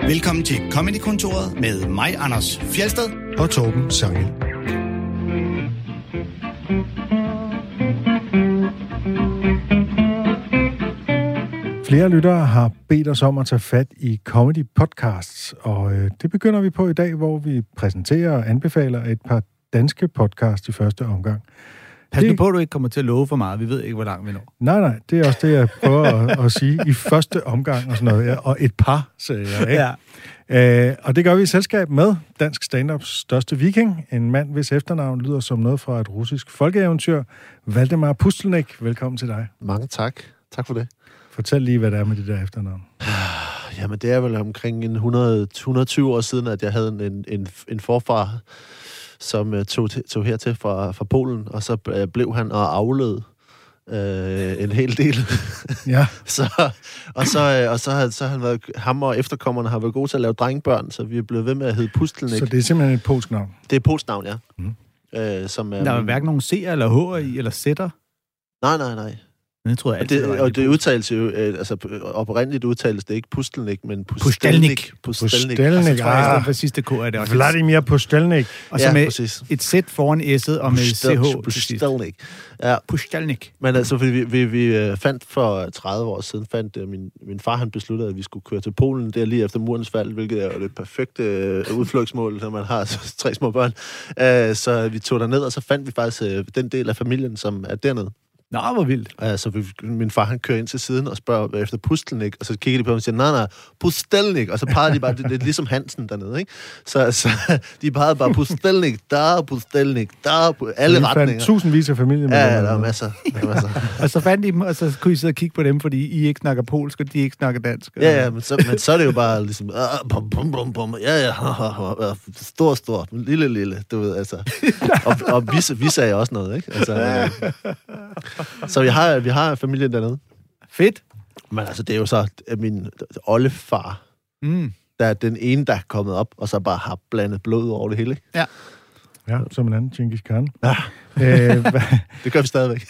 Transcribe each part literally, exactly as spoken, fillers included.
Velkommen til Comedy-kontoret med mig, Anders Fjeldsted og Torben Sangel. Flere lyttere har bedt os om at tage fat i comedy podcasts, og øh, det begynder vi på i dag, hvor vi præsenterer og anbefaler et par danske podcasts i første omgang. Pas det... nu på, at du ikke kommer til at love for meget. Vi ved ikke, hvor langt vi når. Nej, nej, det er også det, jeg prøver at, at sige i første omgang og sådan noget. Ja, og et par, siger jeg, ikke? Ja. Øh, og det gør vi i selskab med dansk stand-ups største viking, en mand, hvis efternavn lyder som noget fra et russisk folkeeventyr, Valdemar Pustelnik. Velkommen til dig. Mange tak. Tak for det. Fortæl lige, hvad det er med det der efternavn. Jamen, det er vel omkring en hundrede til hundrede og tyve år siden, at jeg havde en, en, en forfar, som uh, tog, tog hertil fra, fra Polen, og så uh, blev han og afled uh, en hel del. Ja. så, og så, uh, og så, har, så har han været, ham og efterkommerne har været gode til at lave drengebørn, så vi er blevet ved med at hedde Pustelnik. Så det er simpelthen et polsk navn? Det er et polsk navn, ja. Mm. Uh, som, uh, der er hverken nogen C'er eller H'er i, eller Z'er? Nej, nej, nej. Det tror jeg altid, det, det og det udtales jo, øh, altså oprindeligt udtales det ikke Pustelnik, men Pustelnik. Pustelnik. Pustelnik, og så tror jeg, at sidste K er det også. Vladimir Pustelnik. Og så ja, med præcis. Et sæt foran S'et og med C H. Pustelnik. Ja. Pustelnik. Men altså, vi, vi, vi fandt for tredive år siden, fandt uh, min, min far, han besluttede, at vi skulle køre til Polen, der lige efter murens fald, hvilket er jo det perfekte uh, udflugtsmål, når man har tre små børn. Uh, så vi tog derned, og så fandt vi faktisk uh, den del af familien, som er dernede. Nå, hvor vildt. Altså, min far, han kører ind til siden og spørger efter Pustelnik, og så kigger de på ham og siger, nej, nej, Pustelnik, og så pegede de bare, det, det er ligesom Hansen dernede, ikke? Så, så de pegede bare, Pustelnik, der, Pustelnik, der, alle retninger. Vi fandt tusindvis af familiemedlemmer. Ja, der var masser. Der var masser. Og så fandt de dem, og så kunne I sidde og kigge på dem, fordi I ikke snakker polsk, og de ikke snakker dansk. Og... Ja, ja, men så, men så er det jo bare ligesom, bum, bum, bum, bum, ja, ja, stor, stor, lille, lille, du ved, altså. Og, og vi, vi sagde også noget, ikke? Altså, så vi har, vi har familien dernede. Fedt. Men altså, det er jo så min oldefar, mm. der er den ene, der er kommet op, og så bare har blandet blod over det hele. Ja. Ja, som en anden Genghis Khan. Ja. Æh, det gør vi stadigvæk.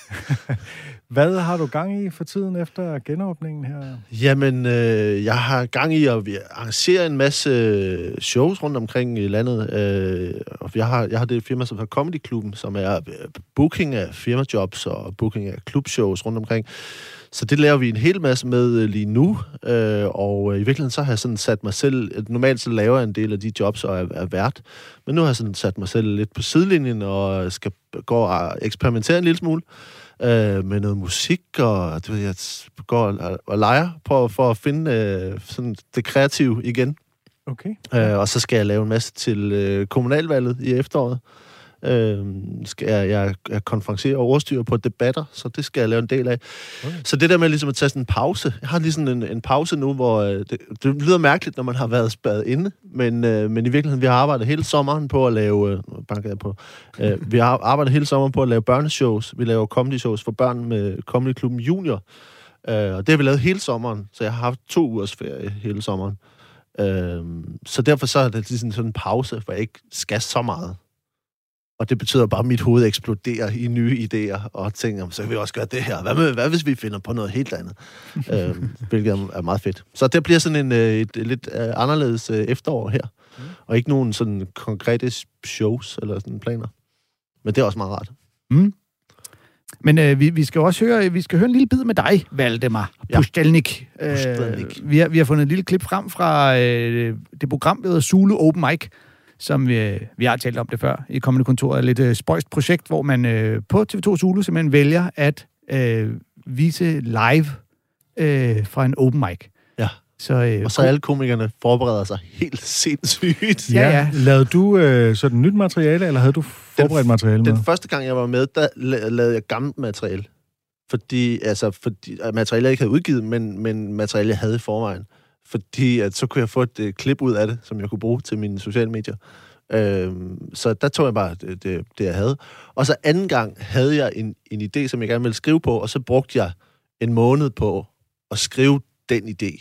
Hvad har du gang i for tiden efter genåbningen her? Jamen, øh, jeg har gang i at arrangere en masse shows rundt omkring i landet. Øh, og jeg har, jeg har det firma, som hedder Comedy Klubben, som er booking af firmajobs og booking af klubshows rundt omkring. Så det laver vi en hel masse med lige nu, øh, og i virkeligheden så har jeg sådan sat mig selv, normalt så laver jeg en del af de jobs og er, er vært, men nu har jeg sådan sat mig selv lidt på sidelinjen og skal gå og eksperimentere en lille smule øh, med noget musik, og du ved, jeg går og, og leger på, for at finde øh, sådan det kreative igen. Okay. Øh, og så skal jeg lave en masse til øh, kommunalvalget i efteråret. Øh, skal jeg, jeg, jeg konferencere og overstyre på debatter, så det skal jeg lave en del af. Okay. Så det der med ligesom at tage sådan en pause, jeg har lige sådan en, en pause nu, hvor øh, det, det lyder mærkeligt, når man har været spadet inde, men, øh, men i virkeligheden, vi har arbejdet hele sommeren på at lave, øh, banker jeg på, øh, vi har arbejdet hele sommeren på at lave børneshows, vi laver comedy shows for børn med Comedy Klubben Junior, øh, og det har vi lavet hele sommeren, så jeg har haft to ugers ferie hele sommeren. Øh, så derfor så er det ligesom sådan en pause, hvor jeg ikke skal så meget. Og det betyder bare, at mit hoved eksploderer i nye idéer, og tænker, så kan vi også gøre det her. Hvad, med, hvad hvis vi finder på noget helt andet? øhm, hvilket er meget fedt. Så det bliver sådan en, et, et lidt anderledes efterår her. Mm. Og ikke nogen sådan konkrete shows eller sådan planer. Men det er også meget rart. Mm. Men øh, vi, vi skal også høre, vi skal høre en lille bid med dig, Valdemar Pustelnik. Ja. Pustelnik. Øh, vi, har, vi har fundet et lille klip frem fra øh, det program, der hedder Zulu Open Mic, som vi, vi har talt om det før i Comedy-kontoret, et lidt øh, spøjst projekt, hvor man øh, på T V to Zulu simpelthen vælger at øh, vise live øh, fra en open mic. Ja, så, øh, og så alle komikerne forbereder sig helt sindssygt. Ja, ja. Lavede du øh, sådan nyt materiale, eller havde du forberedt den, materiale med? Den første gang, jeg var med, der lavede jeg gammelt materiale. Fordi, altså, fordi materiale, jeg ikke havde udgivet, men, men materiale, jeg havde i forvejen. Fordi at så kunne jeg få et uh, klip ud af det, som jeg kunne bruge til mine sociale medier. Øhm, så der tog jeg bare det, det, det, jeg havde. Og så anden gang havde jeg en, en idé, som jeg gerne ville skrive på, og så brugte jeg en måned på at skrive den idé.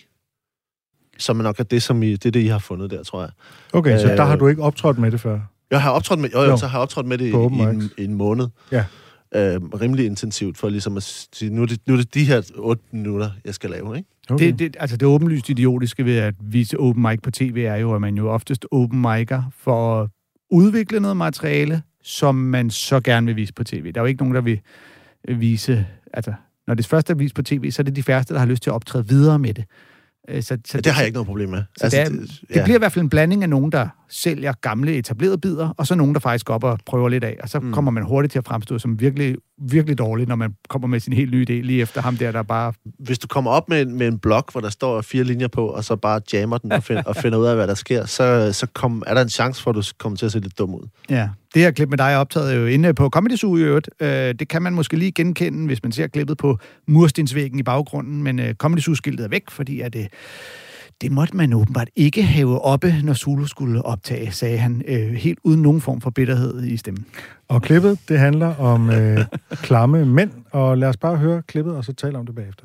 Som nok er det, som I, det, er det, I har fundet der, tror jeg. Okay, øh, så der har øh, du ikke optrådt med det før? Jeg har optrådt med, jo, jo, så har jeg optrådt med det i, i, en, i en måned. Ja. Øh, rimelig intensivt, for ligesom at sige, nu er det, nu er det de her otte minutter, jeg skal lave, ikke? Okay. Det, det, altså det åbenlyst idiotiske ved at vise open mic på tv er jo, at man jo oftest open mic'er for at udvikle noget materiale, som man så gerne vil vise på tv. Der er jo ikke nogen, der vil vise... Altså, når det første er vist på tv, så er det de færreste, der har lyst til at optræde videre med det. Så, så ja, det har jeg ikke noget problem med. Så altså, det, er, det, ja. det bliver i hvert fald en blanding af nogen, der sælger gamle etablerede bidder, og så nogen, der faktisk går op og prøver lidt af. Og så mm. kommer man hurtigt til at fremstå som virkelig, virkelig dårlig, når man kommer med sin helt nye idé lige efter ham der, der bare... Hvis du kommer op med, med en blog, hvor der står fire linjer på, og så bare jammer den og, find, og finder ud af, hvad der sker, så, så kom, er der en chance for, at du kommer til at se lidt dum ud. Ja, det her klip med dig er optaget jo inde på Comedy Zoo i øvrigt. Det kan man måske lige genkende, hvis man ser klippet på murstensvæggen i baggrunden, men Comedy Zoo-skiltet er væk, fordi at det... Det måtte man åbenbart ikke have oppe, når Zulu skulle optage, sagde han, øh, helt uden nogen form for bitterhed i stemmen. Og klippet, det handler om øh, klamme mænd, og lad os bare høre klippet, og så tale om det bagefter.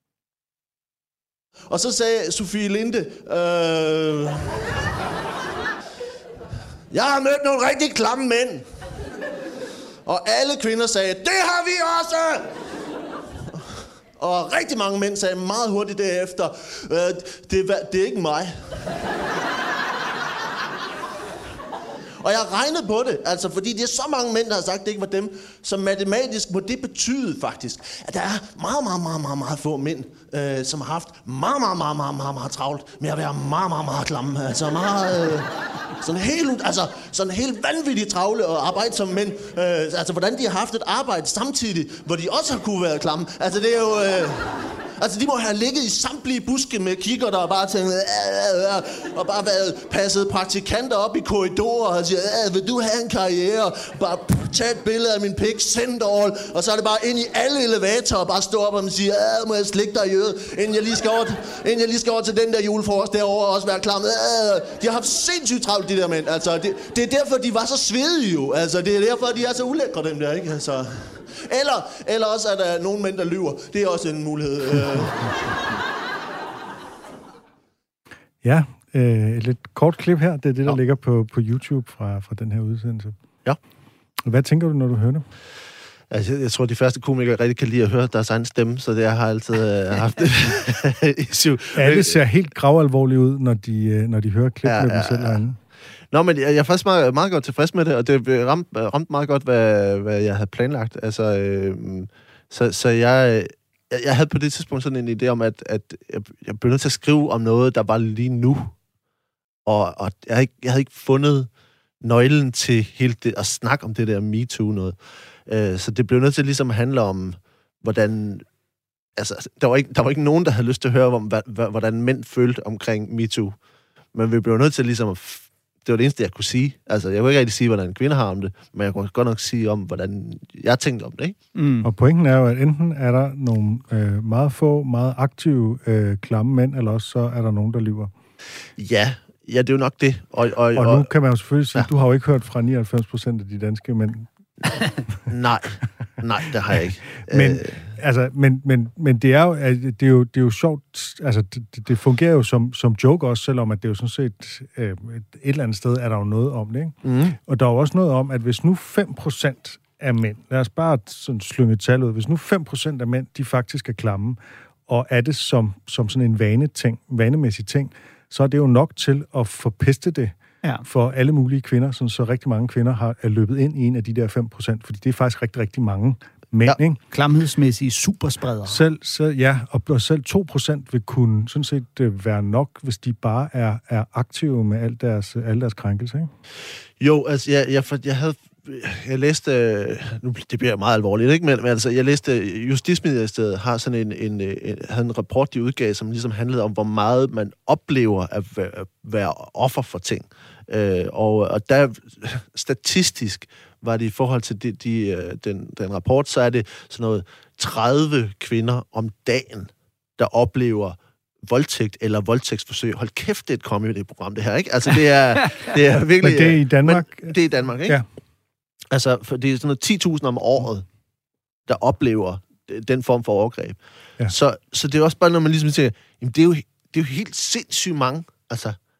Og så sagde Sofie Linde, øh, jeg har mødt nogle rigtig klamme mænd. Og alle kvinder sagde, det har vi også! Og rigtig mange mænd sagde meget hurtigt derefter, øh, det, det er ikke mig. Og jeg regnede på det, altså fordi det er så mange mænd, der har sagt, det ikke var dem, så matematisk må det betyde faktisk, at der er meget, meget, meget, meget, meget få mænd, øh, som har haft meget, meget, meget, meget, meget, meget travlt med at være meget, meget, meget klamme. Altså meget, øh, sådan helt, altså sådan helt vanvittigt travle og arbejde som mænd. Øh, altså hvordan de har haft et arbejde samtidig, hvor de også har kunne være klamme. Altså det er jo... Øh, Altså, de må have ligget i samtlige buske med kikkerter og bare tænkt, og bare været passet praktikanter op i korridorer og siger, vil du have en karriere? Bare tage et billede af min pik, send all, og så er det bare ind i alle elevatorer og bare stå op og sige, må jeg slikke dig i øret, inden jeg lige skal over, inden jeg lige skal over til den der julefrokost derovre og også være klam. De har haft sindssygt travlt, de der mænd. Altså, det, det er derfor, de var så svedige jo. Altså, det er derfor, de er så ulækre, dem der, ikke? Altså... Eller, eller også er der nogen mænd, der lyver. Det er også en mulighed. Ja, øh, et lidt kort klip her. Det er det, der ja. ligger på, på YouTube fra, fra den her udsendelse. Ja. Hvad tænker du, når du hører det? Altså, jeg tror, de første komikere rigtig kan lide at høre deres egen stemme, så det jeg har altid øh, haft det issue. Alle ser helt gravalvorlige ud, når de, øh, når de hører klip ja, med dem selv herinde. Nå, men jeg, jeg er faktisk meget, meget godt tilfreds med det, og det ramte, ramte meget godt, hvad, hvad jeg havde planlagt. Altså, øh, så, så jeg, jeg havde på det tidspunkt sådan en idé om, at, at jeg, jeg blev nødt til at skrive om noget, der var lige nu. Og, og jeg, havde ikke, jeg havde ikke fundet nøglen til hele det, at snakke om det der MeToo noget. Øh, så det blev nødt til ligesom at handle om, hvordan... Altså, der var ikke, der var ikke nogen, der havde lyst til at høre om, hvordan mænd følte omkring MeToo. Men vi blev nødt til ligesom at... Det var det eneste, jeg kunne sige. Altså, jeg kunne ikke rigtig sige, hvordan kvinder har om det, men jeg kunne godt nok sige om, hvordan jeg tænkte om det, ikke? Mm. Og pointen er jo, at enten er der nogle øh, meget få, meget aktive, øh, klamme mænd, eller også så er der nogen, der lyver. Ja, ja, det er jo nok det. Og, og, og nu og, kan man jo selvfølgelig sige, ja. Du har jo ikke hørt fra nioghalvfems procent af de danske mænd. Nej, nej, det har jeg ikke. Men, øh... altså, men, men, men det er jo, det er jo, det er jo sjovt, altså det, det fungerer jo som, som joke også, selvom at det er jo sådan set, øh, et, et eller andet sted er der jo noget om det, ikke? Mm. Og der er jo også noget om, at hvis nu fem procent af mænd, lad os bare sådan slynge tal ud, hvis nu fem procent af mænd, de faktisk er klamme, og er det som, som sådan en vaneting, vanemæssig ting, så er det jo nok til at forpeste det, ja. For alle mulige kvinder, sådan så rigtig mange kvinder har er løbet ind i en af de der fem procent, fordi det er faktisk rigtig, rigtig mange mænd, ja. Ikke? Klamhedsmæssige superspredere. Selv, selv, ja, og selv to procent vil kunne sådan set være nok, hvis de bare er, er aktive med al deres, al deres krænkelse, ikke? Jo, altså, jeg, jeg, jeg havde... Jeg læste... Nu, det bliver meget alvorligt, ikke? Men, men altså, jeg læste... Justitsministeriet har sådan en, en, en, havde en rapport, de udgav, som ligesom handlede om, hvor meget man oplever at være, at være offer for ting. Øh, og, og der statistisk var det i forhold til de, de, den, den rapport, så er det sådan noget tredive kvinder om dagen, der oplever voldtægt eller voldtægtsforsøg. Hold kæft, det er et comedy-program, det her, ikke? Altså, det er, det er virkelig... Men det er i Danmark? Men det er i Danmark, ikke? Ja. Altså, for det er sådan noget ti tusind om året, der oplever den form for overgreb. Ja. Så, så det er også bare, når man ligesom siger, jamen, det er jo, det er jo helt sindssygt mange. Altså,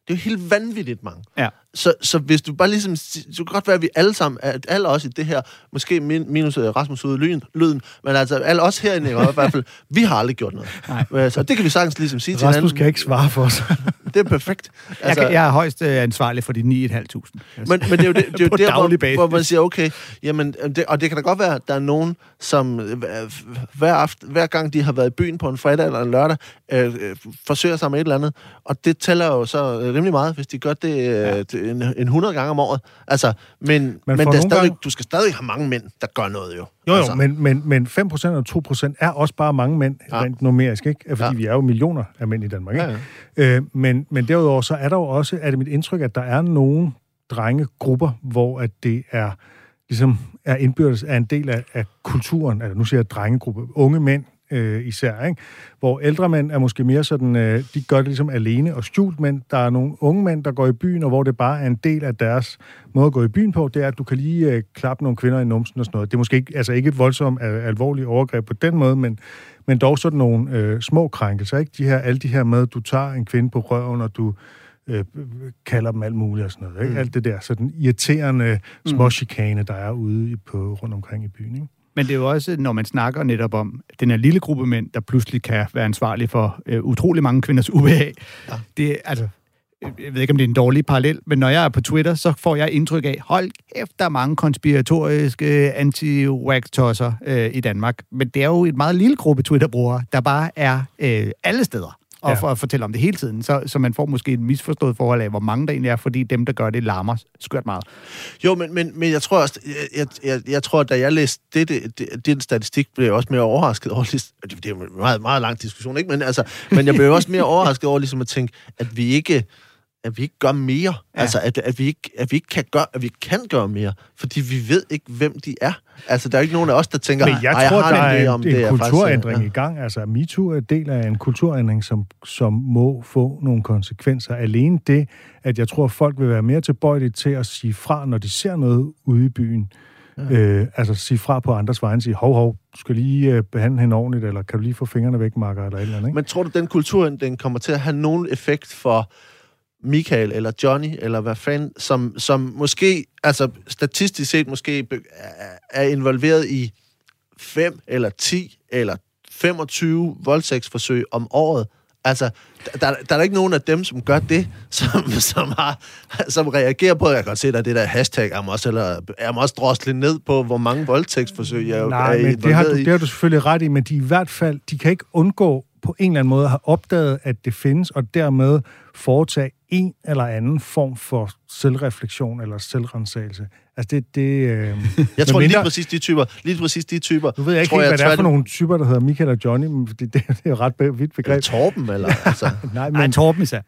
Det er jo helt vanvittigt mange. Ja. Så, så hvis du bare ligesom... Så kan godt være, at vi alle sammen, at alle os i det her, måske minus Rasmus ude lyden, lyden, men altså alle os herinde i hvert fald, vi har aldrig gjort noget. Nej. Så det kan vi sagtens ligesom sige Rasmus til hinanden. Rasmus kan ikke svare for os. Det er perfekt. Altså, jeg, kan, jeg er højst øh, ansvarlig for de ni tusind fem hundrede. Men, men det er jo, det, det er jo der, hvor, hvor man siger, okay, jamen, det, og det kan da godt være, at der er nogen, som hver, aften, hver gang de har været i byen på en fredag eller en lørdag, øh, forsøger sig med et eller andet, og det tæller jo så rimelig meget, hvis de gør det øh, ja. en, en hundrede gange om året. Altså, men, men, men der stadig, gang... du skal stadig have mange mænd, der gør noget jo. Jo, jo, altså. men, men, men fem procent og to procent er også bare mange mænd, ja. rent numerisk, ikke? Fordi ja. vi er jo millioner af mænd i Danmark, ikke? Ja, ja. Øh, men, men derudover, så er der jo også, er det mit indtryk, at der er nogle drengegrupper, hvor at det er, ligesom, er indbyrdes af en del af, af kulturen, altså nu siger jeg drengegruppe, unge mænd, Øh, især, ikke? Hvor ældre mænd er måske mere sådan, øh, de gør det ligesom alene og skjult, men der er nogle unge mænd, der går i byen, og hvor det bare er en del af deres måde at gå i byen på, det er, at du kan lige øh, klappe nogle kvinder i numsen og sådan noget. Det er måske ikke, altså ikke et voldsomt øh, alvorligt overgreb på den måde, men, men dog sådan nogle øh, små krænkelser, ikke? De her, alle de her med, at du tager en kvinde på røven, og du øh, kalder dem alt muligt og sådan noget, ikke? Mm. Alt det der sådan irriterende småchikane, der er ude på, rundt omkring i byen, ikke? Men det er jo også, når man snakker netop om den her lille gruppe mænd, der pludselig kan være ansvarlig for øh, utrolig mange kvinders ubehag. Ja. Det, altså, jeg ved ikke, om det er en dårlig parallel, men når jeg er på Twitter, så får jeg indtryk af, hold kæft, der er mange konspiratoriske anti-wax-tosser øh, i Danmark. Men det er jo et meget lille gruppe Twitter-brugere, der bare er øh, alle steder. Og ja. for at fortælle om det hele tiden, så, så man får måske et misforstået forhold af, hvor mange der egentlig er, fordi dem, der gør det, larmer skørt meget. Jo, men, men, men jeg tror også, jeg, jeg, jeg tror, da jeg læste det, det, det, den statistik, blev jeg også mere overrasket over, det er jo en meget, meget lang diskussion, ikke? Men, altså, men jeg blev også mere overrasket over ligesom at tænke, at vi ikke... at vi ikke gør mere. Ja. Altså, at, at, vi ikke, at vi ikke kan gøre, at vi kan gøre mere. Fordi vi ved ikke, hvem de er. Altså, der er ikke nogen af os, der tænker, men jeg tror, jeg har der er en, om en det, kulturændring faktisk, ja. i gang. Altså, MeToo er del af en kulturændring, som, som må få nogle konsekvenser. Alene det, at jeg tror, at folk vil være mere tilbøjelige til at sige fra, når de ser noget ude i byen. Ja. Øh, altså, sige fra på andres vegne. Sige, hov, hov, du skal lige øh, behandle hende ordentligt, eller kan du lige få fingrene væk, makker, eller et eller andet, ikke? Men tror du, den kulturændring kommer til at have nogen effekt for Michael eller Johnny, eller hvad fanden, som, som måske, altså statistisk set måske er involveret i fem eller ti eller femogtyve voldtægtsforsøg om året. Altså, der, der, der er ikke nogen af dem, som gør det, som, som, har, som reagerer på, jeg kan godt se, der er det der hashtag, er man også, eller, er man også droslet ned på, hvor mange voldtægtsforsøg jeg Nej, er men det har, du, det har du selvfølgelig ret i, men de i hvert fald, de kan ikke undgå på en eller anden måde at have opdaget, at det findes, og dermed foretage en eller anden form for selvreflektion eller selvrensagelse. Altså det... det øh, jeg tror mindre, lige præcis de typer, lige præcis de typer... Nu ved jeg ikke helt, hvad det er for nogle typer, der hedder Michael og Johnny, men det, det, det er jo ret vidt begreb. Eller Torben, eller... Altså. Nej, men, Nej, Torben især.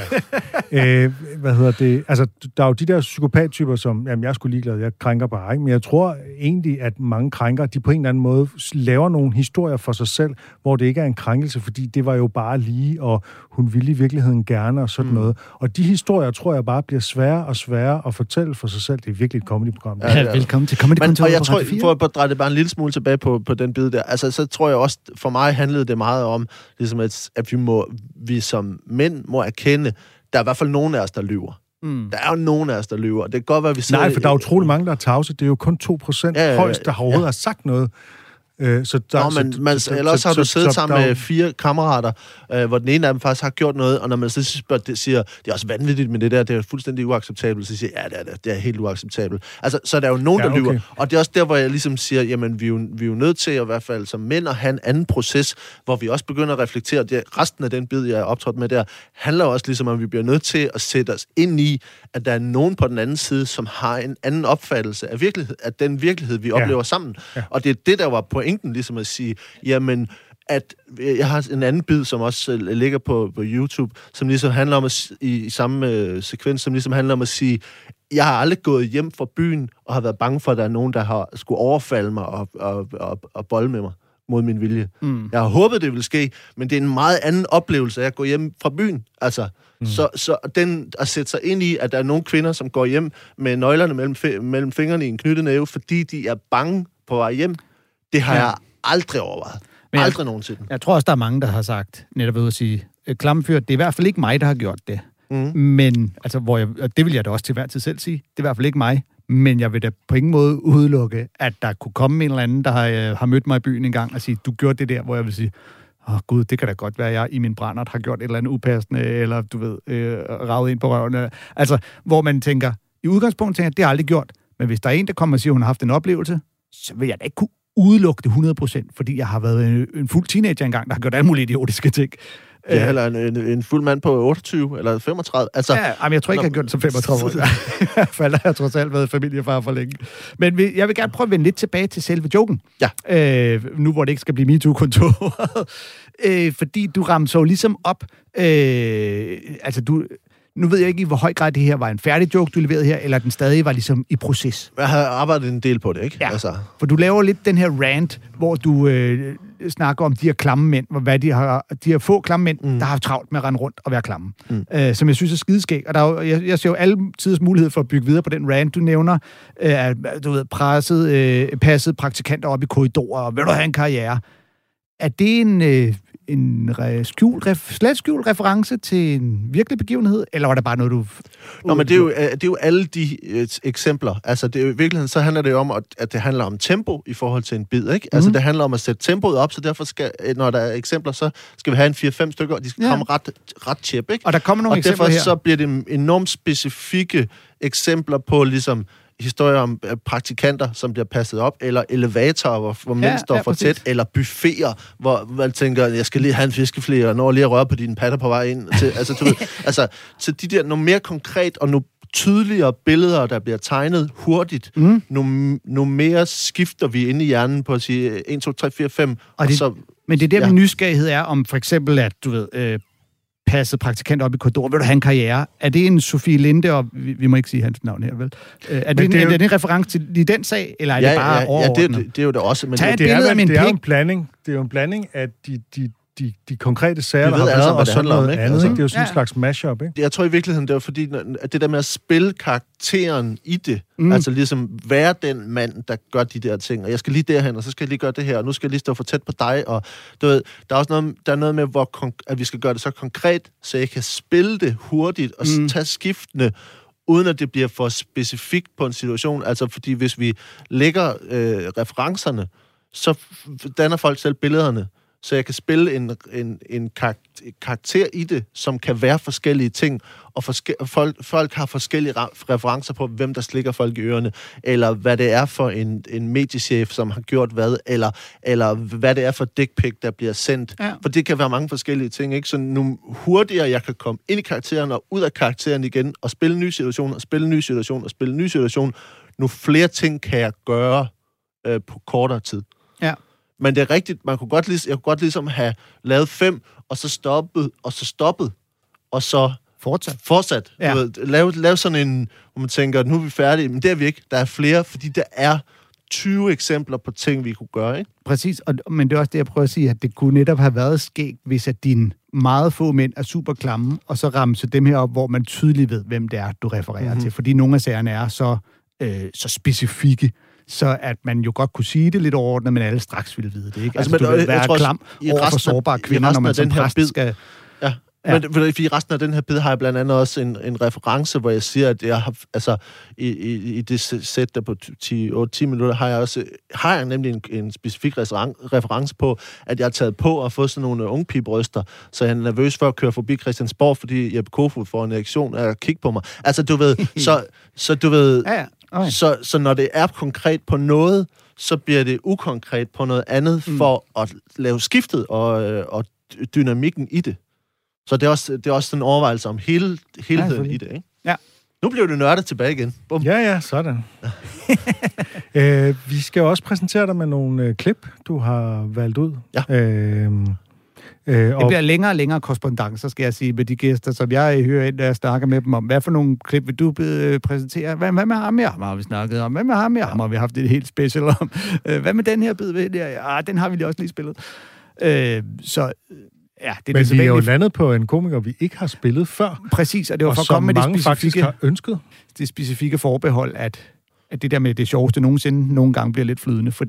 Ja. øh, hvad hedder det? Altså, der er jo de der psykopattyper, som, jamen, jeg er sgu ligeglad, jeg krænker bare, ikke? Men jeg tror egentlig, at mange krænker, de på en eller anden måde laver nogle historier for sig selv, hvor det ikke er en krænkelse, fordi det var jo bare lige, og hun ville i virkeligheden gerne, og sådan mm. noget. Og de historier, tror jeg, bare bliver sværere og sværere at fortælle for sig selv. Det er virkelig et comedy-program. Ja, ja. Velkommen til Comedy-kontoret. Og jeg tror, for at dreje det bare en lille smule tilbage på, på den bid der, altså, så tror jeg også, for mig handlede det meget om, ligesom at, at vi, må, vi som mænd må erkende, der er i hvert fald nogen af os, der lyver. Mm. Der er jo nogen af os, der lyver. Det kan godt være, vi sidder... Nej, for der er utrolig mange, der er tavse. Det er jo kun to procent ja, ja, ja, højst, der har overhovedet ja. sagt noget. Øh, så der, Nå, men, så, man, så, ellers så, har du så, siddet så, sammen der, med fire kammerater, øh, hvor den ene af dem faktisk har gjort noget, og når man så spørger, det, siger, det er også vanvittigt, men det der, det er fuldstændig uacceptabelt, så siger jeg, ja, det er, det er helt uacceptabelt. Altså, så er der jo nogen, ja, okay. der lyver. Og det er også der, hvor jeg ligesom siger, jamen, vi er jo, vi er jo nødt til, at, i hvert fald som mænd, at have en anden proces, hvor vi også begynder at reflektere. Det, resten af den bid, jeg er optrådt med der, handler også ligesom om, at vi bliver nødt til at sætte os ind i, at der er nogen på den anden side, som har en anden opfattelse af virkelighed, af den virkelighed, vi ja. oplever sammen. Ja. Og det er det, der var pointen, ligesom at sige, jamen, at jeg har en anden bid, som også ligger på, på YouTube, som ligesom handler om, at, i, i samme øh, sekvens, som ligesom handler om at sige, jeg har aldrig gået hjem fra byen, og har været bange for, at der er nogen, der har skulle overfalde mig og, og, og, og bolde med mig mod min vilje. Mm. Jeg har håbet, det ville ske, men det er en meget anden oplevelse, at jeg går hjem fra byen. Altså, mm. så, så den at sætte sig ind i, at der er nogle kvinder, som går hjem med nøglerne mellem, mellem fingrene i en knyttenæve, fordi de er bange på vej hjem, det har ja. jeg aldrig overvejet. Men aldrig jeg, nogensinde. Jeg tror også, der er mange, der har sagt, netop ved at sige, klamfyr, det er i hvert fald ikke mig, der har gjort det. Mm. Men, altså, hvor jeg, og det vil jeg da også til hver tid selv sige, det er i hvert fald ikke mig, men jeg vil da på ingen måde udelukke, at der kunne komme en eller anden, der har, øh, har mødt mig i byen en gang og sige, du gjorde det der, hvor jeg vil sige, åh oh, gud, det kan da godt være, at jeg i min brændert har gjort et eller andet upassende, eller du ved, øh, ravet ind på røven. Altså, hvor man tænker, i udgangspunktet tænker jeg, det har jeg aldrig gjort, men hvis der er en, der kommer og siger, at hun har haft en oplevelse, så vil jeg da ikke kunne udelukke det hundrede procent, fordi jeg har været en, en fuld teenager engang, der har gjort alle mulige idiotiske ting. Ja, eller en, en, en fuld mand på otteogtyve eller femogtredive. Altså, ja, men jeg tror ikke, jeg har gjort det som femogtredive år. I hvert fald har jeg trods alt været familiefar for længe. Men jeg vil gerne prøve at vende lidt tilbage til selve joken. Ja. Øh, nu hvor det ikke skal blive MeToo-kontoret. øh, fordi du ramte så ligesom op. Øh, altså, du... Nu ved jeg ikke, i hvor høj grad det her var en færdig joke, du leverede her, eller den stadig var ligesom i proces. Jeg har arbejdet en del på det, ikke? Ja, altså. For du laver lidt den her rant, hvor du øh, snakker om de her klamme mænd, hvor hvad de har, de her få klamme mænd, mm. der har haft travlt med at rende rundt og være klamme. Mm. Øh, som jeg synes er skideskæg. Og der er jo, jeg, jeg ser jo alle tiders mulighed for at bygge videre på den rant, du nævner. Øh, du ved, presset, øh, passet praktikanter op i korridorer, og vil du have en karriere? Er det en... Øh, en re- skjul, ref- slet skjult reference til en virkelig begivenhed, eller var det bare noget, du... Nå, men det er jo, det er jo alle de øh, eksempler. Altså, det er jo, i virkeligheden, så handler det jo om, at, at det handler om tempo i forhold til en bid, ikke? Altså, mm. det handler om at sætte tempoet op, så derfor skal, når der er eksempler, så skal vi have en fire fem stykker, og de skal ja. komme ret, ret chip, ikke? Og der kommer nogle og eksempler her. Og derfor så bliver det enormt specifikke eksempler på, ligesom, historier om praktikanter, som bliver passet op, eller elevatorer, hvor, hvor mænd ja, står ja, for tæt, eller buffeter, hvor man tænker, jeg skal lige have en fiskeflæ, og når lige at røre på dine patter på vej ind. Til, altså, du ved, altså, så de der nogle mere konkret og nogle tydeligere billeder, der bliver tegnet hurtigt, mm. nu, nu mere skifter vi ind i hjernen på at sige en, to, tre, fire, fem. Og, og det, så, men det er der, ja. min nysgerrighed er om for eksempel, at du ved... Øh, passet praktikant op i korridoren. Vil du have en karriere? Er det en Sofie Linde, og vi, vi må ikke sige hans navn her, vel? Er det, en, det er, jo... er det en reference til lige den sag, eller er ja, det bare ja, overordnet? Ja, det, det, det er jo det også. Men Tag det, et det, billede er, af min det er jo pik. en blanding. Det er jo en blanding af de, de, de, de konkrete sager, vi der ved har været, altså, og sådan noget om, ikke? andet. Altså, ikke? Det er jo sådan ja. en slags mashup, ikke? Jeg tror i virkeligheden, det var fordi, at det der med at spille karakteren i det, mm. altså ligesom være den mand, der gør de der ting, og jeg skal lige derhen, og så skal jeg lige gøre det her, og nu skal jeg lige stå for tæt på dig, og du ved, der er også noget, der er noget med, hvor, at vi skal gøre det så konkret, så jeg kan spille det hurtigt, og mm. tage skiftende, uden at det bliver for specifikt på en situation. Altså, fordi hvis vi lægger øh, referencerne, så danner folk selv billederne, så jeg kan spille en, en, en karakter i det, som kan være forskellige ting, og forske- folk, folk har forskellige referencer på, hvem der slikker folk i ørerne, eller hvad det er for en, en mediechef, som har gjort hvad, eller, eller hvad det er for dick pic, der bliver sendt. Ja. For det kan være mange forskellige ting, ikke? Så nu hurtigere jeg kan komme ind i karakteren og ud af karakteren igen, og spille en ny situation, og spille en ny situation, og spille en ny situation, nu flere ting kan jeg gøre øh, på kortere tid. Ja. Men det er rigtigt, man kunne godt, jeg kunne godt ligesom have lavet fem, og så stoppet, og så stoppet, og så fortsat. Fortsat. Ja. Du ved, lave, lave sådan en, hvor man tænker, nu er vi færdige, men det er vi ikke. Der er flere, fordi der er tyve eksempler på ting, vi kunne gøre, ikke? Præcis, og, men det er også det, jeg prøver at sige, at det kunne netop have været skægt, hvis at dine meget få mænd er super klamme, og så ramse dem her op, hvor man tydeligt ved, hvem det er, du refererer mm-hmm. til. Fordi nogle af sagerne er så, øh, så specifikke, så at man jo godt kunne sige det lidt overordnet, men alle straks ville vide det, ikke? Altså, altså men, du vil være tror, klam over for sårbare kvinder, når man som præst bid, skal... Ja, ja. Men fordi resten af den her bid har jeg blandt andet også en, en reference, hvor jeg siger, at jeg har, altså, i, i, i det sæt der på ti otte ti minutter, har jeg også, har jeg nemlig en, en specifik reference på, at jeg har taget på og fået sådan nogle ungpigebryster, så jeg er nervøs for at køre forbi Christiansborg, fordi Jeppe Kofod får en reaktion af at kigge på mig. Altså, du ved, så, så du ved... Ja, ja. Okay. Så, så når det er konkret på noget, så bliver det ukonkret på noget andet, mm. for at lave skiftet og, og dynamikken i det. Så det er også, det er også en overvejelse om hele, helheden ja, i det, ikke? Ja. Nu bliver det nørdet tilbage igen. Bum. Ja, ja, sådan. øh, vi skal også præsentere dig med nogle øh, klip, du har valgt ud. Ja. Øh, Øh, det bliver længere og længere korrespondancer, skal jeg sige, med de gæster, som jeg hører ind, der jeg snakker med dem om. Hvad for nogle klip vil du øh, præsentere? Hvad, hvad med ham her? Hvad har vi snakket om? Hvad med ham her? Ham har vi haft et helt special om. Øh, hvad med den her bid? Ja, den har vi lige også lige spillet. Øh, så... Ja, det er Men det vi er jo landet på en komiker, vi ikke har spillet før. Præcis, og det var for og at komme med det specifikke, faktisk har ønsket. Det specifikke forbehold, at, at det der med det sjoveste nogensinde nogle gange bliver lidt flydende, fordi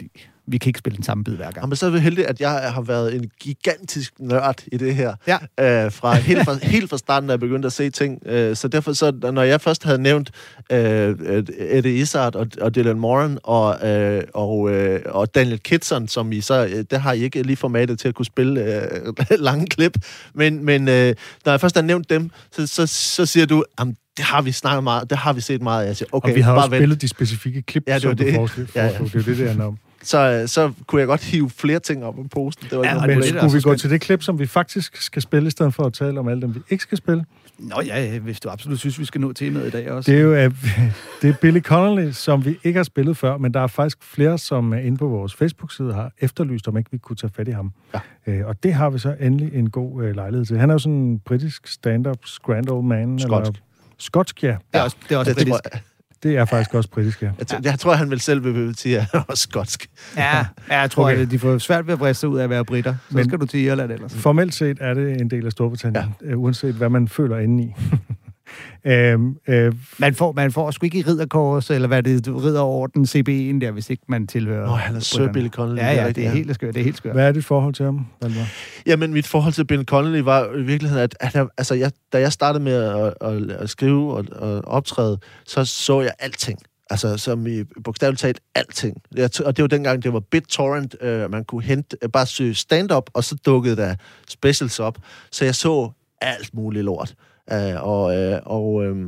vi kan ikke spille den samme bid hver gang. Jamen, så er det heldigt, at jeg har været en gigantisk nørd i det her. Ja. Øh, fra, helt, fra, helt fra starten, da jeg begyndte at se ting. Øh, så derfor, så, når jeg først havde nævnt øh, Eddie Izzard og, og Dylan Moran og, øh, og, øh, og Daniel Kitson, som I så, øh, det har I ikke lige formatet til at kunne spille øh, lange klip. Men, men øh, når jeg først har nævnt dem, så, så, så siger du, jamen, det har vi snakket meget, det har vi set meget. Jeg siger, okay, og vi har bare også vent. spillet de specifikke klip, ja, som det. du foreslog. Ja, ja. Det er det, det handler om. Så, så kunne jeg godt hive flere ting op på posten. Det var Ja, ikke og Men det er skulle også vi gå skønt. til det klip, som vi faktisk skal spille, i stedet for at tale om alle dem, vi ikke skal spille? Nå ja, hvis du absolut synes, vi skal nå temaet i dag også. Det er jo uh, det er Billy Connolly, som vi ikke har spillet før, men der er faktisk flere, som er inde på vores Facebook-side har efterlyst, om ikke vi kunne tage fat i ham. Ja. Uh, og det har vi så endelig en god uh, lejlighed til. Han er jo sådan en britisk stand-up, grand old man. Skotsk. Eller, skotsk, ja. Det er også, det er også Det britisk. tror jeg, Det er faktisk også britisk, ja. jeg, t- jeg tror, han vil selv vil sige, at han er skotsk. Ja, ja, jeg tror, Okay. okay. at de får svært ved at briste sig ud af at være britter. Så Men- skal du til Irland ellers. Formelt set er det en del af Storbritannien, ja. uh, uanset hvad man føler inde i. øhm, øh, Man får, man får sgu ikke ridderkors, eller hvad det er, ridderorden C B en der, hvis ikke man tilhører. Nå, han er Sir britterne. Billy Connolly. Ja, ja, det rigtigt, er helt skørt. Det er helt skørt. hvad er dit forhold til ham, Valdemar? Jamen, mit forhold til Billy Connolly var i virkeligheden, at, at jeg, altså, jeg, da jeg startede med at, at, at skrive og at optræde, så så jeg alting. Altså, som i bogstaveligt talt alting. Jeg t- og det var dengang, det var BitTorrent, øh, man kunne hente, øh, bare søge stand-up, og så dukkede der specials op. Så jeg så alt muligt lort. Øh, og, øh, og, øh,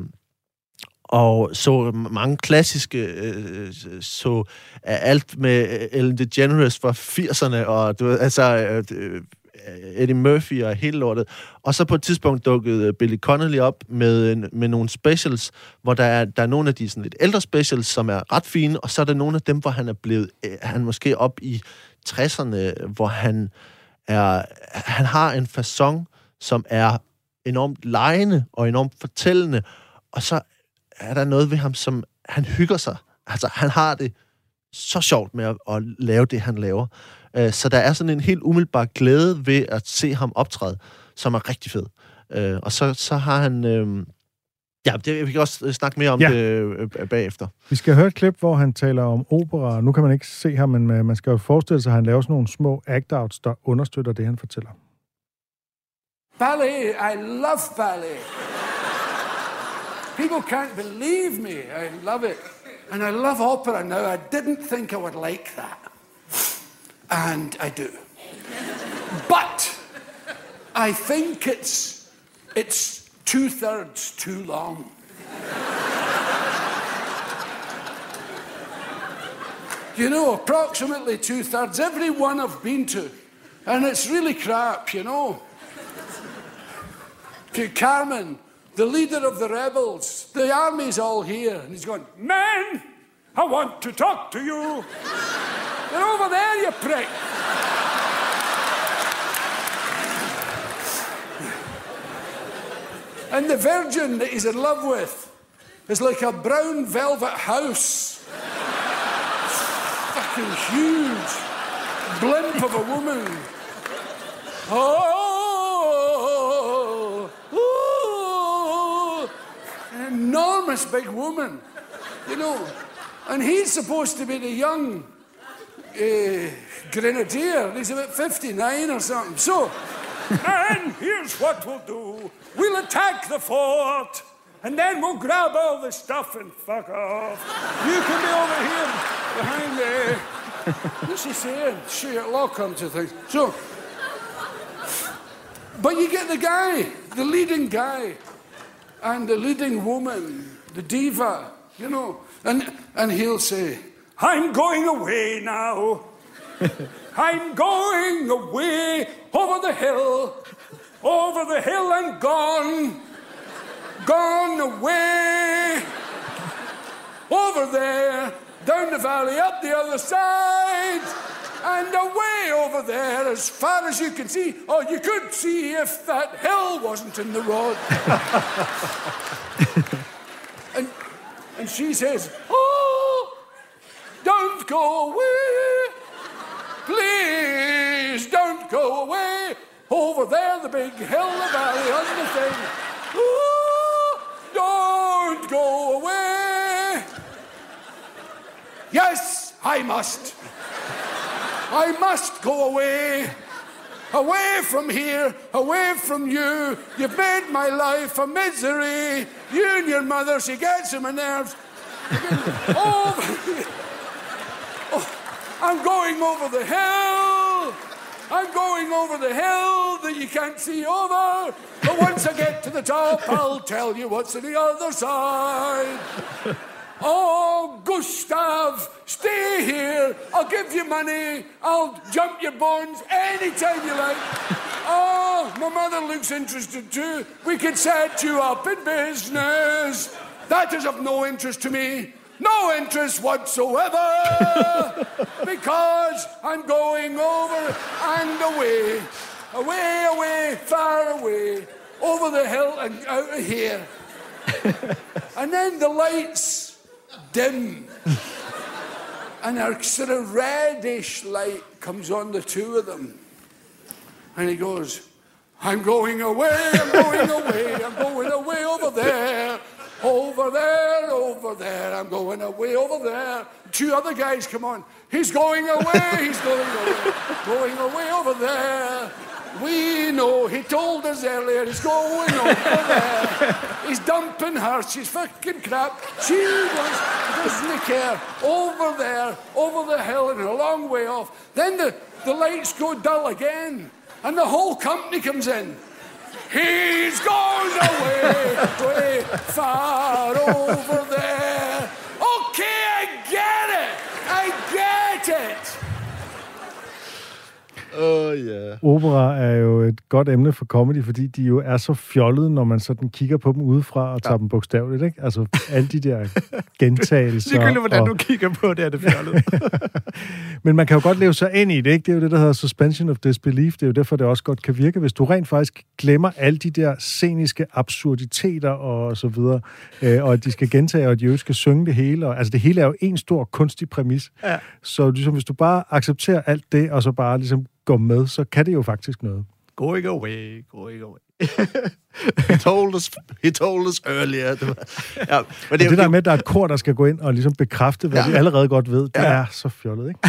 og så mange klassiske, øh, så alt med Ellen DeGeneres fra firserne, og du ved, altså øh, Eddie Murphy og hele lortet. Og så på et tidspunkt dukkede Billy Connolly op med, en, med nogle specials, hvor der er, der er nogle af de sådan lidt ældre specials, som er ret fine, og så er der nogle af dem, hvor han er blevet, øh, han måske op i tresserne, hvor han er, han har en facon, som er enormt legende og enormt fortællende, og så er der noget ved ham, som han hygger sig. Altså, han har det så sjovt med at, at lave det, han laver. Uh, så der er sådan en helt umiddelbar glæde ved at se ham optræde, som er rigtig fed. Uh, og så, så har han... Uh, ja, det, vi kan også snakke mere om Ja. det uh, bagefter. Vi skal høre et klip, hvor han taler om opera. Nu kan man ikke se ham, men man skal jo forestille sig, at han laver sådan nogle små act-outs, der understøtter det, han fortæller. Ballet, I love ballet. People can't believe me. I love it. And I love opera now. I didn't think I would like that. And I do. But I think it's it's two-thirds too long. You know, approximately two-thirds. Every one I've been to. And it's really crap, you know. To Carmen, the leader of the rebels, the army's all here. And he's going, men, I want to talk to you. They're over there, you prick. And the virgin that he's in love with is like a brown velvet house. Fucking huge. Blimp of a woman. Oh, oh, an enormous big woman, you know. And he's supposed to be the young uh, grenadier. He's about fifty-nine or something. So, and here's what we'll do. We'll attack the fort, and then we'll grab all the stuff and fuck off. You can be over here behind there. What's he saying? Sherlock Holmes, I think. So, but you get the guy, the leading guy, and the leading woman, the diva, you know, and and he'll say, I'm going away now. I'm going away over the hill, over the hill and gone, gone away, over there, down the valley, up the other side, and away over there as far as you can see, or you could see if that hill wasn't in the road. and, and she says, oh, don't go away. Please don't go away. Over there, the big hill, the valley, on the thing. Oh, don't go away. Yes, I must. I must go away. Away from here, away from you. You've made my life a misery. You and your mother, she gets on my nerves. Oh, oh, I'm going over the hill. I'm going over the hill that you can't see over. But once I get to the top, I'll tell you what's on the other side. Oh, Gustav, stay here. I'll give you money. I'll jump your bones anytime you like. Oh, my mother looks interested too. We could set you up in business. That is of no interest to me. No interest whatsoever. Because I'm going over and away. Away, away, far away. Over the hill and out of here. And then the lights dim, and a sort of reddish light comes on the two of them, and he goes, I'm going away, I'm going away, I'm going away over there, over there, over there, I'm going away over there. Two other guys come on, he's going away, he's going away, going away over there. We know, he told us earlier, he's going over there. He's dumping her, she's fucking crap. She was, doesn't care. Over there, over the hill and a long way off. Then the, the lights go dull again, and the whole company comes in. He's gone away, way far over there. Okay, I get it. I get it. Åh, ja. Opera er jo et godt emne for comedy, fordi de jo er så fjollede, når man sådan kigger på dem udefra og tager ja. dem bogstaveligt, ikke? Altså, alle de der gentagelser. Ligegyldigt, hvordan og... du kigger på det, er det fjollet. Men man kan jo godt leve sig ind i det, ikke? Det er jo det, der hedder suspension of disbelief. Det er jo derfor, det også godt kan virke, hvis du rent faktisk glemmer alle de der sceniske absurditeter og så videre, øh, og at de skal gentage, og at de jo skal synge det hele. Og, altså, det hele er jo en stor kunstig præmis. Ja. Så ligesom, hvis du bare accepterer alt det, og så bare ligesom går med, så kan det jo faktisk noget. Going away, going away. he, told us, he told us earlier. Det, var, ja, men det, det der med, at der er et kor, der skal gå ind og ligesom bekræfte, hvad ja. vi allerede godt ved, det ja. er så fjollet, ikke?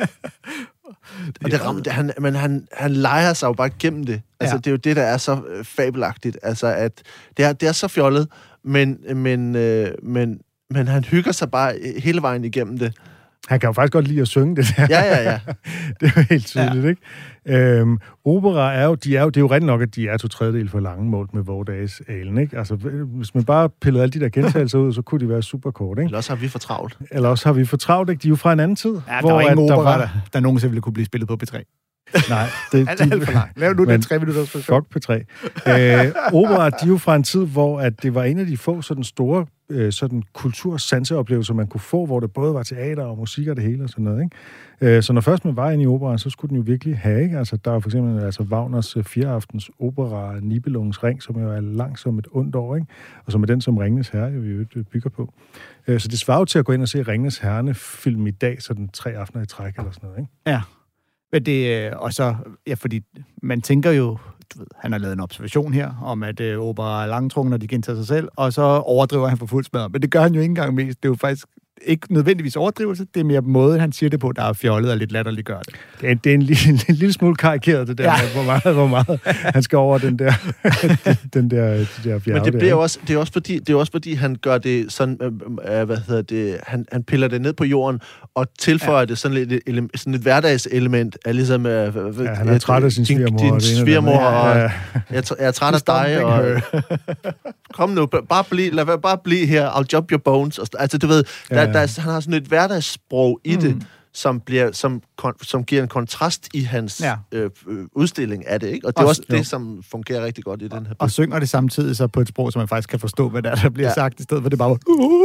og det ramte, han, men han, han leger sig jo bare gennem det. Altså, ja. det er jo det, der er så fabelagtigt. Altså, at det er, det er så fjollet, men, men, øh, men, men han hygger sig bare hele vejen igennem det. Han kan jo faktisk godt lide at synge det der. Ja, ja, ja. Det er jo helt tydeligt, ja. ikke? Øhm, opera er jo, de er jo, det er jo rigtig nok, at de er to tredjedel for lange målt med vores dages alen, ikke? Altså, hvis man bare pillede alle de der gentagelser ud, så kunne de være super kort, ikke? Eller også har vi for travlt. Eller også har vi for travlt, ikke? De er jo fra en anden tid. Ja, hvor der var ingen opera, der, var... der, der nogensinde ville kunne blive spillet på P tre. Nej, det, det er alt for langt. Lav nu den tre minutter. Fuck P tre. øh, opera, de er jo fra en tid, hvor at det var en af de få sådan store øh, sådan kultursanseoplevelser, man kunne få, hvor det både var teater og musik og det hele og sådan noget, ikke? Øh, så når først man var inde i operaen, så skulle den jo virkelig have, ikke? Altså, der er for eksempel altså, Wagners fireaftens opera, Nibelungens Ring, som jo er langt som et ondt år, ikke? Og som er den, som Ringenes Herre jo bygger på. Øh, så det svarer jo til at gå ind og se Ringenes Herre-film i dag, sådan tre aftener i træk eller sådan noget, ikke? Ja. Men det, og så, ja, fordi man tænker jo, du ved, han har lavet en observation her, om at øh, opera er langtrungen, når de gentager sig selv, og så overdriver han for fuld smadret. Men det gør han jo ikke engang mest. Det er jo faktisk ikke nødvendigvis overdrivelse, det er mere måden, han siger det på, der er fjollet og lidt latterligt gør det. Det er, det er en, lille, en, en lille smule karikeret, det der, ja. hvor meget, hvor meget han skal over den der, den der, de der bjerge. Men det bliver også, det er også fordi, det er også fordi, han gør det sådan, øh, hvad hedder det, han, han piller det ned på jorden, og tilføjer ja. det sådan lidt, ele, sådan et hverdagselement af ligesom... Øh, ja, han er træt af sin svigermor. Din, din svigermor, og ja, ja. Jeg, jeg er træt af dig, og... Kom nu, bare bliv, lad bare blive her, I'll jump your bones. Altså, du ved, der, ja, ja. Der, han har sådan et hverdagssprog i mm. det, som, bliver, som, som giver en kontrast i hans ja. øh, udstilling af det, ikke? Og det er også jo. det, som fungerer rigtig godt i den her. Og synger det samtidig så på et sprog, så man faktisk kan forstå, hvad der, er, der bliver ja. sagt, i stedet for det bare...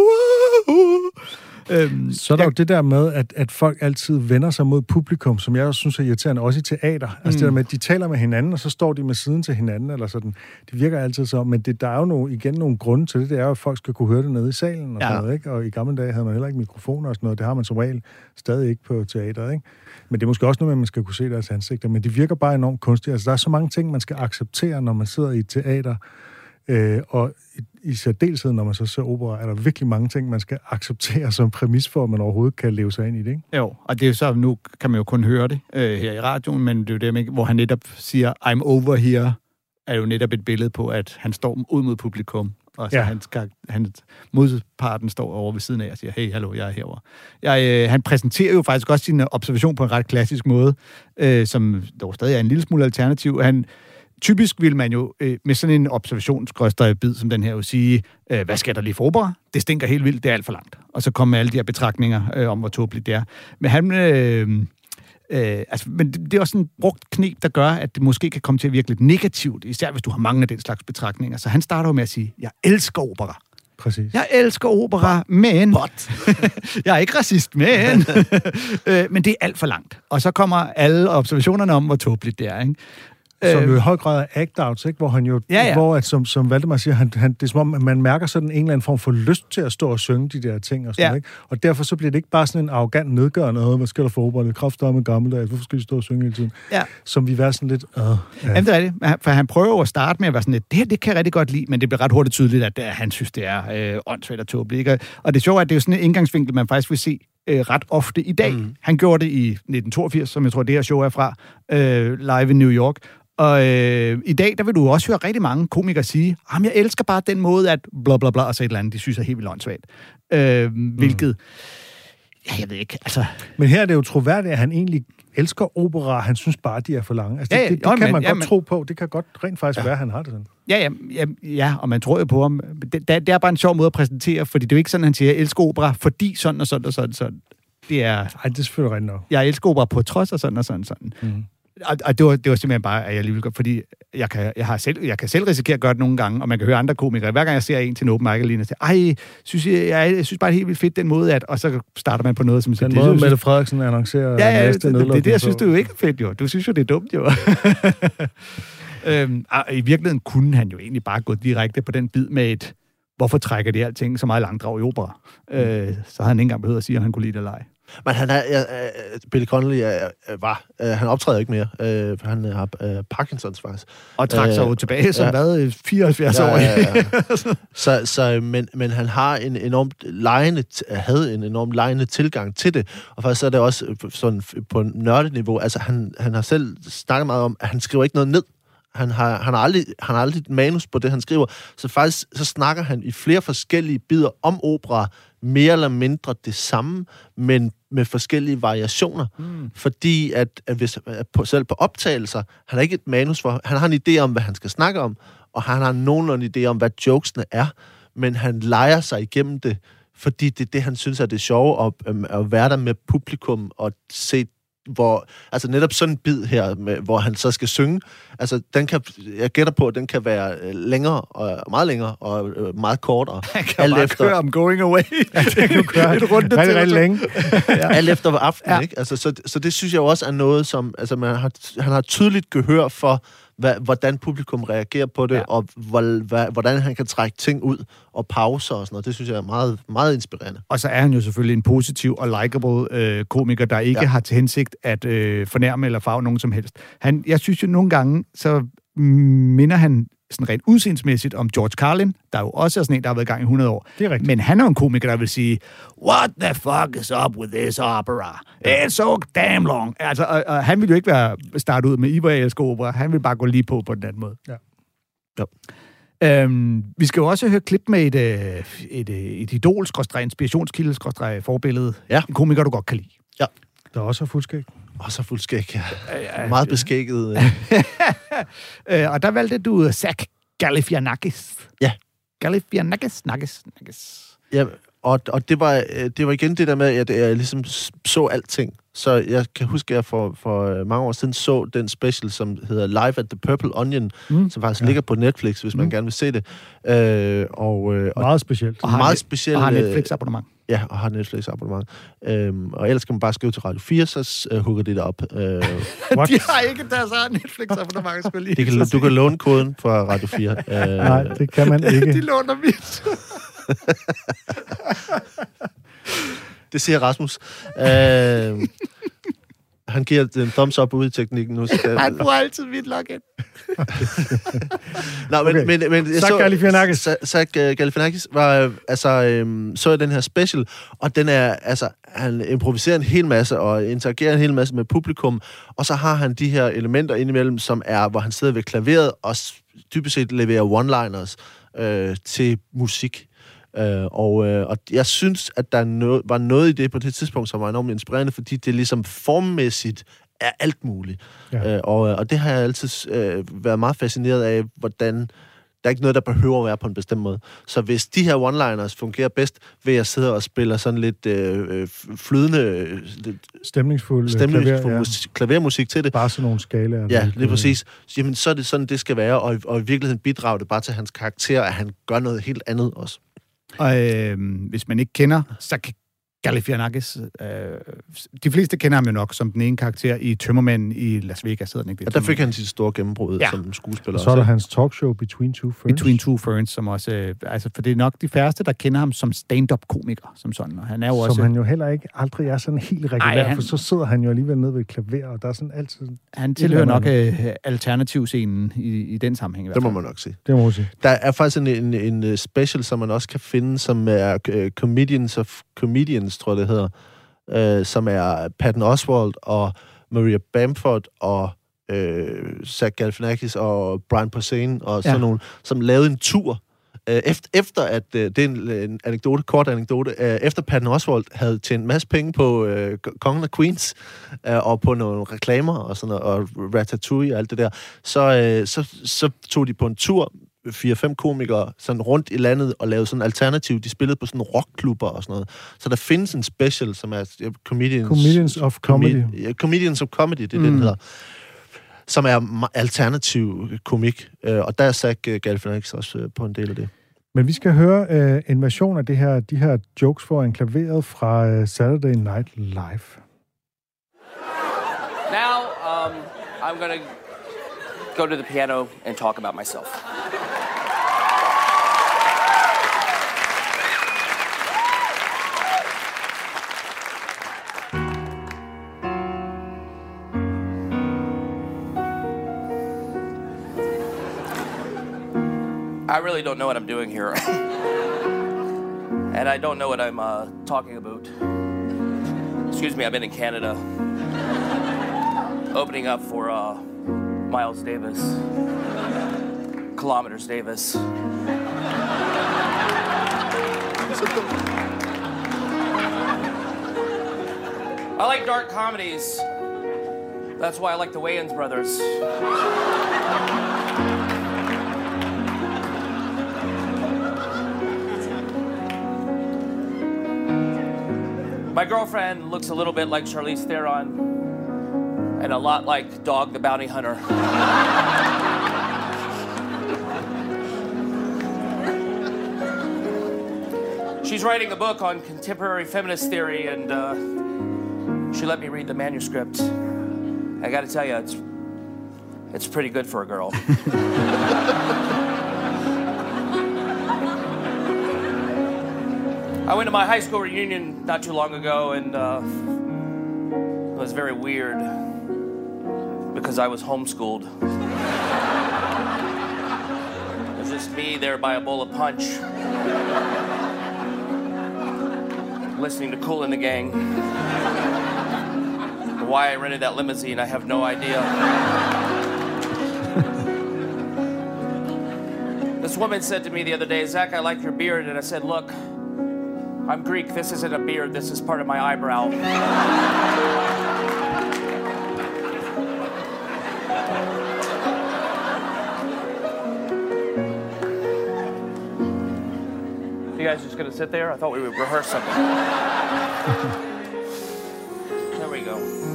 Øhm, så er der jeg... jo det der med, at, at folk altid vender sig mod publikum, som jeg også synes er irriterende, også i teater. Mm. Altså det der med, at de taler med hinanden, og så står de med siden til hinanden, eller sådan. Det virker altid så, men det, der er jo nogle, igen nogle grunde til det, det er jo, at folk skal kunne høre det nede i salen, og ja. sådan noget, ikke? Og i gamle dage havde man heller ikke mikrofoner og sådan noget, det har man som regel stadig ikke på teater, ikke? Men det er måske også noget med, at man skal kunne se deres ansigter, men det virker bare enormt kunstigt. Altså der er så mange ting, man skal acceptere, når man sidder i et teater, Øh, og i, i særdeleshed, når man så ser opera, er der virkelig mange ting, man skal acceptere som præmis for, at man overhovedet kan leve sig ind i det, ikke? Jo, og det er jo så, nu kan man jo kun høre det øh, her i radioen, men det er jo det, hvor han netop siger, I'm over here, er jo netop et billede på, at han står ud mod publikum, og så ja. hans, hans modparten står over ved siden af og siger, hey, hallo, jeg er herovre. Jeg, øh, han præsenterer jo faktisk også sin observation på en ret klassisk måde, øh, som dog stadig er en lille smule alternativ. Han, typisk vil man jo øh, med sådan en observationsgrøstreget-bid som den her jo sige, øh, hvad skal der lige for opera? Det stinker helt vildt, det er alt for langt. Og så kommer alle de her betragtninger øh, om, hvor tåbeligt det er. Men han... Øh, Øh, altså, men det, det er også en brugt knep, der gør, at det måske kan komme til at virke lidt negativt, især hvis du har mange af den slags betragtninger. Så han starter jo med at sige, jeg elsker opera. Præcis. Jeg elsker opera, men... jeg er ikke racist, men... øh, men det er alt for langt. Og så kommer alle observationerne om, hvor tåbeligt det er, ikke? Som jo i høj grad er act-outs, ikke? Hvor han jo, ja, ja. hvor at, som, som Valdemar siger, han, han, det er som om, at man mærker sådan en eller anden form for lyst til at stå og synge de der ting og sådan ja. Ikke? Og derfor så bliver det ikke bare sådan en arrogant nedgørende, hvad skal der for opera, det er kraftedeme gammeldags, hvorfor skal de stå og synge hele tiden? Ja. Som vi være sådan lidt... Øh, ja. Jamen det er det, for han prøver jo at starte med at være sådan lidt, det her, det kan jeg rigtig godt lide, men det bliver ret hurtigt tydeligt, at, at han synes, det er øh, åndssvagt og tåbeligt. Ikke? Og det er sjovt, at det er jo sådan en indgangsvinkel, man faktisk vil se øh, ret ofte i dag. Mm. Han gjorde det i nitten toogfirs, som jeg tror, det her show er fra, øh, live i New York. Og øh, i dag, der vil du også høre rigtig mange komikere sige, at jeg elsker bare den måde, at bla bla bla, og så et eller andet, de synes er helt vildt åndssvagt. Øh, hvilket, ja, jeg ved ikke, altså... Men her er det jo troværdigt, at han egentlig elsker opera, han synes bare, de er for lange. Altså, det, ja, ja, det, det jo, kan men, man ja, godt men, tro på, det kan godt rent faktisk ja. være, at han har det sådan. Ja, ja, ja, ja, og man tror jo på ham. Det, det er bare en sjov måde at præsentere, fordi det er jo ikke sådan, han siger, jeg elsker opera, fordi sådan og sådan og sådan, sådan. Det er... Ej, det er selvfølgelig rent nok. Jeg elsker opera på trods og sådan og sådan sådan. Mm. Og, og det, var, det var simpelthen bare, at jeg lige vil gøre, fordi jeg kan, jeg, har selv, jeg kan selv risikere at gøre det nogle gange, og man kan høre andre komikere. Hver gang jeg ser en til en open mic, og siger, ej, synes jeg, jeg, jeg synes bare, det er helt vildt fedt den måde, at... Og så starter man på noget, som... Den måde, Mette Frederiksen annoncerer ja, ja, næste nedlukning. Det er det, jeg synes, du jo ikke er fedt, jo. Du synes jo, det er dumt, jo. øhm, I virkeligheden kunne han jo egentlig bare gå direkte på den bid med et, hvorfor trækker de alting så meget langdrag i opera? Mm. Øh, så havde han ikke engang behøvet at sige, at han kunne lide det eller ej. Men han er, uh, Billy Connolly uh, var, uh, han optræder ikke mere. Uh, han har uh, Parkinsons faktisk. Og trak sig uh, jo tilbage som ja. hvad, fireoghalvfjerds år. Ja, ja, ja. så, så, men, men han har en enormt lejende, havde en enormt lejende tilgang til det. Og faktisk er det også sådan på nørdeniveau. Altså han, han har selv snakket meget om, at han skriver ikke noget ned. Han har, han, har aldrig, han har aldrig et manus på det, han skriver. Så faktisk så snakker han i flere forskellige bidder om opera, mere eller mindre det samme, men med forskellige variationer. Mm. Fordi at, at hvis, at på, selv på optagelser, han har ikke et manus for, han har en idé om, hvad han skal snakke om, og han har nogenlunde idé om, hvad jokesene er, men han leger sig igennem det, fordi det er det, han synes er det sjove, at, at være der med publikum og se hvor, altså netop sådan en bid her, med, hvor han så skal synge, altså den kan, jeg gætter på, at den kan være længere, og meget længere, og meget kortere. Han kan alt bare efter, køre om Going Away. Ja, det kan køre et runde rigtig, rigtig længe. Ja. Alt efter aften, ja. Ikke? Altså, så, så det synes jeg jo også er noget, som, altså man har, han har tydeligt gehør for, hvad, hvordan publikum reagerer på det, ja. og hvor, hvordan han kan trække ting ud, og pauser og sådan noget. Det synes jeg er meget, meget inspirerende. Og så er han jo selvfølgelig en positiv og likable øh, komiker, der ikke ja. har til hensigt at øh, fornærme eller farve nogen som helst. Han, jeg synes jo nogle gange, så minder han sådan rent udseendsmæssigt om George Carlin, der jo også er sådan en, der har været i gang i hundrede år. Det er rigtigt. Men han er en komiker, der vil sige, what the fuck is up with this opera? It's so damn long. Altså, og, og han vil jo ikke være starte ud med, I hvor jeg elsker opera. Han vil bare gå lige på på den anden måde. Ja. Jo. Øhm, vi skal jo også høre klip med et, et, et, et idol, inspirationskilde, forbillede. Ja. En komiker, du godt kan lide. Ja. Der er også fuldskæg. Også fuldskæg, ja. ja, ja meget beskægget. øh, og der valgte du Zach Galifianakis. Ja. Galifianakis, Nakis, Nakis. Ja, og, og det, var, det var igen det der med, at jeg ligesom så alting. Så jeg kan huske, at jeg for, for mange år siden så den special, som hedder Live at the Purple Onion, mm. som faktisk ja. ligger på Netflix, hvis mm. man gerne vil se det. Øh, og, og, meget specielt. Og har, meget specielt. Og har Netflix-abonnement. Ja, og har Netflix-abonnement. Øhm, og ellers kan man bare skrive til Radio fire, så uh, hugger de det op. Uh, de har ikke deres eget Netflix-abonnement, skulle lige. De kan, du kan låne koden fra Radio fire. Uh, Nej, det kan man ikke. De låner mit. Det siger Rasmus. Uh, Han giver den thumbs up ud i teknikken nu. Han bruger altid mit login. Nå, men, okay. men, men jeg Zach Galifianakis. Zach Galifianakis var, altså, øhm, så jeg den her special, og den er, altså, han improviserer en hel masse, og interagerer en hel masse med publikum, og så har han de her elementer indimellem, som er, hvor han sidder ved klaveret, og typisk set leverer one-liners øh, til musik. Øh, og, øh, og jeg synes, at der no- var noget i det på det tidspunkt, som var enormt inspirerende, fordi det ligesom formmæssigt er alt muligt. Ja. Øh, og, og det har jeg altid øh, været meget fascineret af, hvordan der er ikke noget, der behøver at være på en bestemt måde. Så hvis de her one-liners fungerer bedst, ved at sidde og spille sådan lidt øh, flydende... Lidt stemningsfuld, stemningsfuld klaver, musik, ja. klavermusik til det. Bare sådan nogle skalaer. Ja, lige præcis. Jamen, så er det sådan, det skal være, og, og i virkeligheden bidrager det bare til hans karakter, at han gør noget helt andet også. Og øh, hvis man ikke kender Zach Galifianakis, øh, de fleste kender ham jo nok som den ene karakter i Tømmermanden i Las Vegas, hedder den ikke det? Og der fik han sit store gennembrud ja. som skuespiller. Og så er der hans talkshow Between Two Ferns. Between Two Ferns, som også... Øh, altså, for det er nok de færreste, der kender ham som stand-up-komiker, som sådan. Og han er jo som også... han jo heller ikke aldrig er sådan helt regulær, Ej, han, for så sidder han jo alligevel nede ved et klaver, og der er sådan altid... Han tilhører nok øh, alternativscenen i, i den sammenhæng. I det må man nok sige. Det må man sige. Der er faktisk en, en, en special, som man også kan finde, som er uh, Comedians of Comedians, tror jeg det hedder, Uh, som er Patton Oswalt og Maria Bamford og uh, Zach Galifianakis og Brian Posehn og sådan ja. nogle, som lavede en tur uh, efter, efter at uh, det er en, en anekdote, kort anekdote, uh, efter Patton Oswalt havde tjent en masse penge på uh, Kongen af Queens uh, og på nogle reklamer og sådan noget, og Ratatouille og alt det der, så, uh, så, så tog de på en tur, fire-fem komikere, sådan rundt i landet og lavede sådan alternativ. De spillede på sådan rockklubber og sådan noget. Så der findes en special, som er ja, Comedians... Comedians of Comedy. Com- ja, Comedians of Comedy, det er mm. det, den hedder. Som er alternativ komik. Og der er Zach Galifianakis også på en del af det. Men vi skal høre uh, en version af det her, de her jokes foran klaveret fra uh, Saturday Night Live. Now, um, I'm gonna go to the piano and talk about myself. I really don't know what I'm doing here. And I don't know what I'm uh, talking about. Excuse me, I've been in Canada. Opening up for uh, Miles Davis. Kilometers Davis. I like dark comedies. That's why I like the Wayans brothers. My girlfriend looks a little bit like Charlize Theron and a lot like Dog the Bounty Hunter. She's writing a book on contemporary feminist theory, and uh, she let me read the manuscript. I gotta tell you, it's it's pretty good for a girl. I went to my high school reunion not too long ago, and uh, it was very weird because I was homeschooled. It was just me there by a bowl of punch, listening to Kool and the Gang. Why I rented that limousine, I have no idea. This woman said to me the other day, "Zach, I like your beard," and I said, "Look, I'm Greek, this isn't a beard, this is part of my eyebrow." You guys just gonna sit there? I thought we would rehearse something. There we go.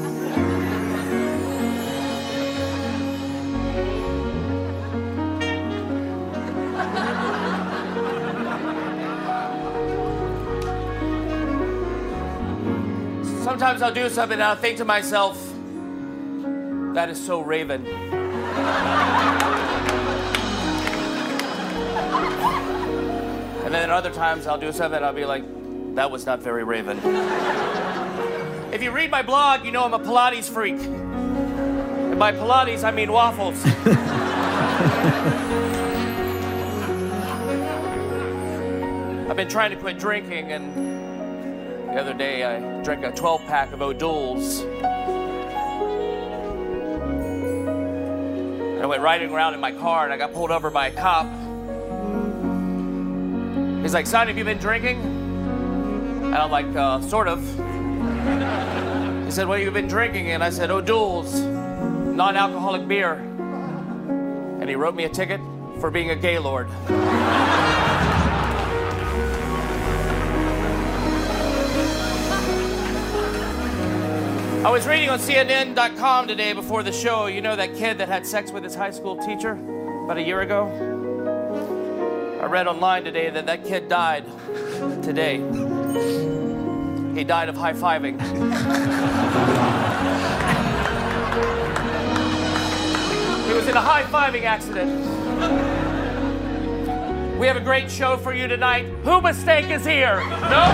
Sometimes I'll do something and I'll think to myself, that is so Raven. And then other times I'll do something and I'll be like, that was not very Raven. If you read my blog, you know I'm a Pilates freak. And by Pilates, I mean waffles. I've been trying to quit drinking, and the other day I drank a twelve-pack of O'Doul's. I went riding around in my car, and I got pulled over by a cop. He's like, son, have you been drinking? And I'm like, uh, sort of. He said, what have you been drinking? And I said, O'Doul's, non-alcoholic beer. And he wrote me a ticket for being a gaylord. I was reading on C N N dot com today before the show. You know that kid that had sex with his high school teacher about a year ago? I read online today that that kid died today. He died of high-fiving. He was in a high-fiving accident. We have a great show for you tonight. Who mistake is here? No?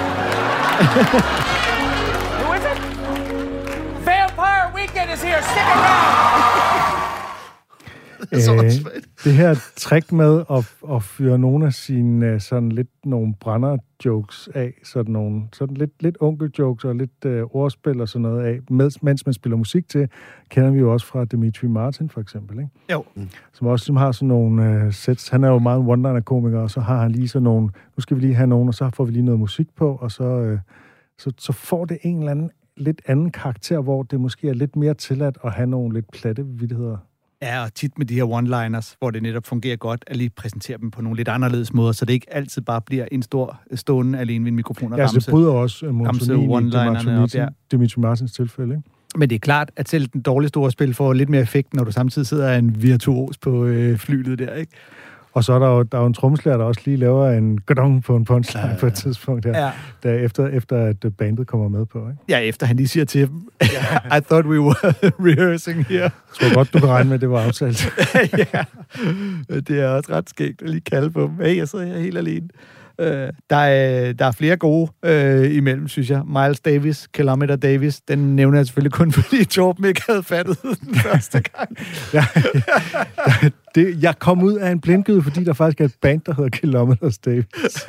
Who is it? Vampire Weekend is here. Stick around. Æh, det her trick med at, at fyre nogle af sine sådan lidt nogle brænder-jokes af, sådan nogle sådan lidt, lidt onkel-jokes og lidt øh, ordspil og sådan noget af, mens, mens man spiller musik til, kender vi jo også fra Demetri Martin for eksempel, ikke? Jo. Mm. Som også som har sådan nogle øh, sets. Han er jo meget en one-liner-komiker, og så har han lige sådan nogle, nu skal vi lige have nogen, og så får vi lige noget musik på, og så, øh, så, så får det en eller anden lidt anden karakter, hvor det måske er lidt mere tilladt at have nogle lidt platte vittigheder. Ja, og tit med de her one-liners, hvor det netop fungerer godt, at lige præsentere dem på nogle lidt anderledes måder, så det ikke altid bare bliver en stor stående alene ved en mikrofon og ja, ramse. Ja, så det bryder også uh, monotonien i ja. Demetri Martins tilfælde, ikke? Men det er klart, at selv den dårligste ordspil får lidt mere effekt, når du samtidig sidder af en virtuos på øh, flylet der, ikke? Og så er der jo, der er jo en trommeslager, der også lige laver en godong på en punchline ja, ja. på et tidspunkt her, ja. der efter, efter at bandet kommer med på, ikke? Ja, efter han lige siger til dem, I thought we were rehearsing here. Jeg tror godt, du kan regne med, at det var aftalt. Ja, det er også ret skægt at lige kalde på dem. Hey, jeg sidder her helt alene. Uh, der, er, der er flere gode uh, imellem, synes jeg. Miles Davis, Kilometer Davis, den nævner jeg selvfølgelig kun, fordi Torben ikke havde fattet den første gang. ja, det, jeg kom ud af en blindgyde, fordi der faktisk er et band, der hedder Kilometer Davis.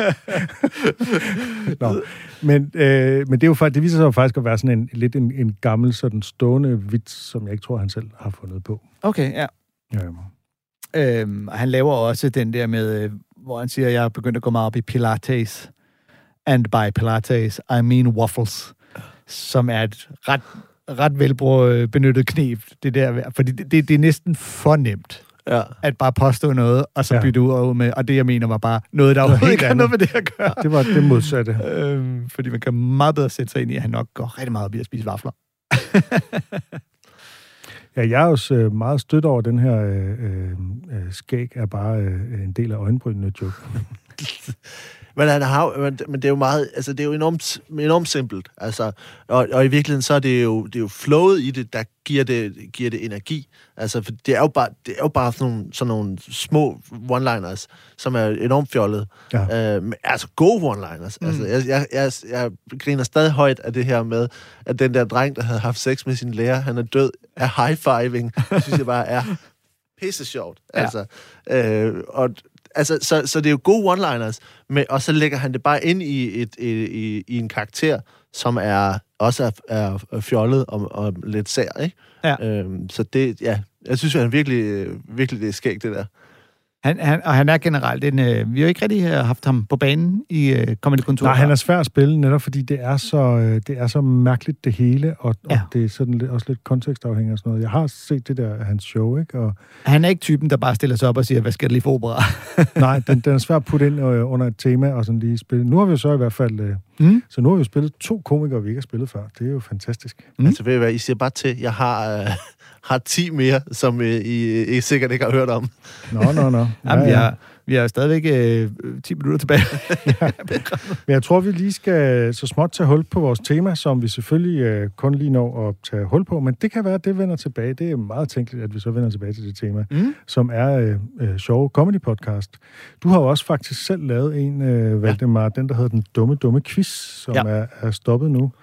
Nå, men, øh, men det, er jo faktisk, det viser sig jo faktisk at være sådan en, lidt en, en gammel, sådan stående vits, som jeg ikke tror, han selv har fundet på. Okay, ja. ja øhm, og han laver også den der med, hvor han siger, at jeg er begyndt at gå meget op i Pilates. And by Pilates, I mean waffles. Som er et ret, ret velbrugt benyttet knep. Det der, fordi det, det, det er næsten for nemt. Ja. At bare påstå noget, og så bytte ja. ud med, og det jeg mener var bare noget, der overhovedet ikke har noget med det at gøre. Det var det modsatte. Øhm, fordi man kan meget bedre sætte sig ind i, at han nok går rigtig meget op i at spise vafler. Ja, jeg er også øh, meget stødt over den her øh, øh, skæg er bare øh, en del af øjenbrynene joke. Men, han har, men, men det er jo meget, altså det er jo enormt, enormt simpelt, altså, og, og i virkeligheden så er det jo, det er jo flowet i det, der giver det, giver det energi, altså, for det er jo bare, det er jo bare sådan nogle, sådan nogle små one-liners, som er enormt fjollet, ja. øh, men, altså gode one-liners, mm. altså, jeg, jeg, jeg, jeg griner stadig højt af det her med, at den der dreng, der havde haft sex med sin lærer, han er død af high-fiving, det synes jeg bare er pisse sjovt, ja. altså, øh, og Altså, så, så det er jo gode one-liners, men, og så lægger han det bare ind i, et, i, i, i en karakter, som er også er, er fjollet og, og lidt sær, ikke? Ja. Øhm, så det, ja, jeg synes, at han virkelig, virkelig det er skægt, det der. Han, han, og han er generelt en... Øh, vi har jo ikke rigtig haft ham på banen i øh, Comedy Kontor. Nej, han er svær at spille, netop fordi det er så, øh, det er så mærkeligt, det hele, og, ja. og det er sådan lidt, også lidt kontekstafhængig og sådan noget. Jeg har set det der af hans show, ikke? Og han er ikke typen, der bare stiller sig op og siger, hvad skal det lige for opera? Nej, den, den er svær at putte ind øh, under et tema og sådan lige spille. Nu har vi jo så i hvert fald... Øh, mm. Så nu har vi jo spillet to komikere, vi ikke har spillet før. Det er jo fantastisk. Mm. Altså, ved I hvad, I siger bare til, jeg har... Øh... har ti mere, som I, I, I sikkert ikke har hørt om. Nå, nå, nå. Ja, Jamen, vi, har, vi har stadigvæk øh, ti minutter tilbage. Ja. Men jeg tror, vi lige skal så småt tage hul på vores tema, som vi selvfølgelig øh, kun lige når at tage hul på, men det kan være, at det vender tilbage. Det er meget tænkeligt, at vi så vender tilbage til det tema, mm. som er øh, øh, sjove comedy-podcast. Du har jo også faktisk selv lavet en, øh, Valdemar, ja. den, der hedder Den Dumme Dumme Quiz, som ja. er, er stoppet nu.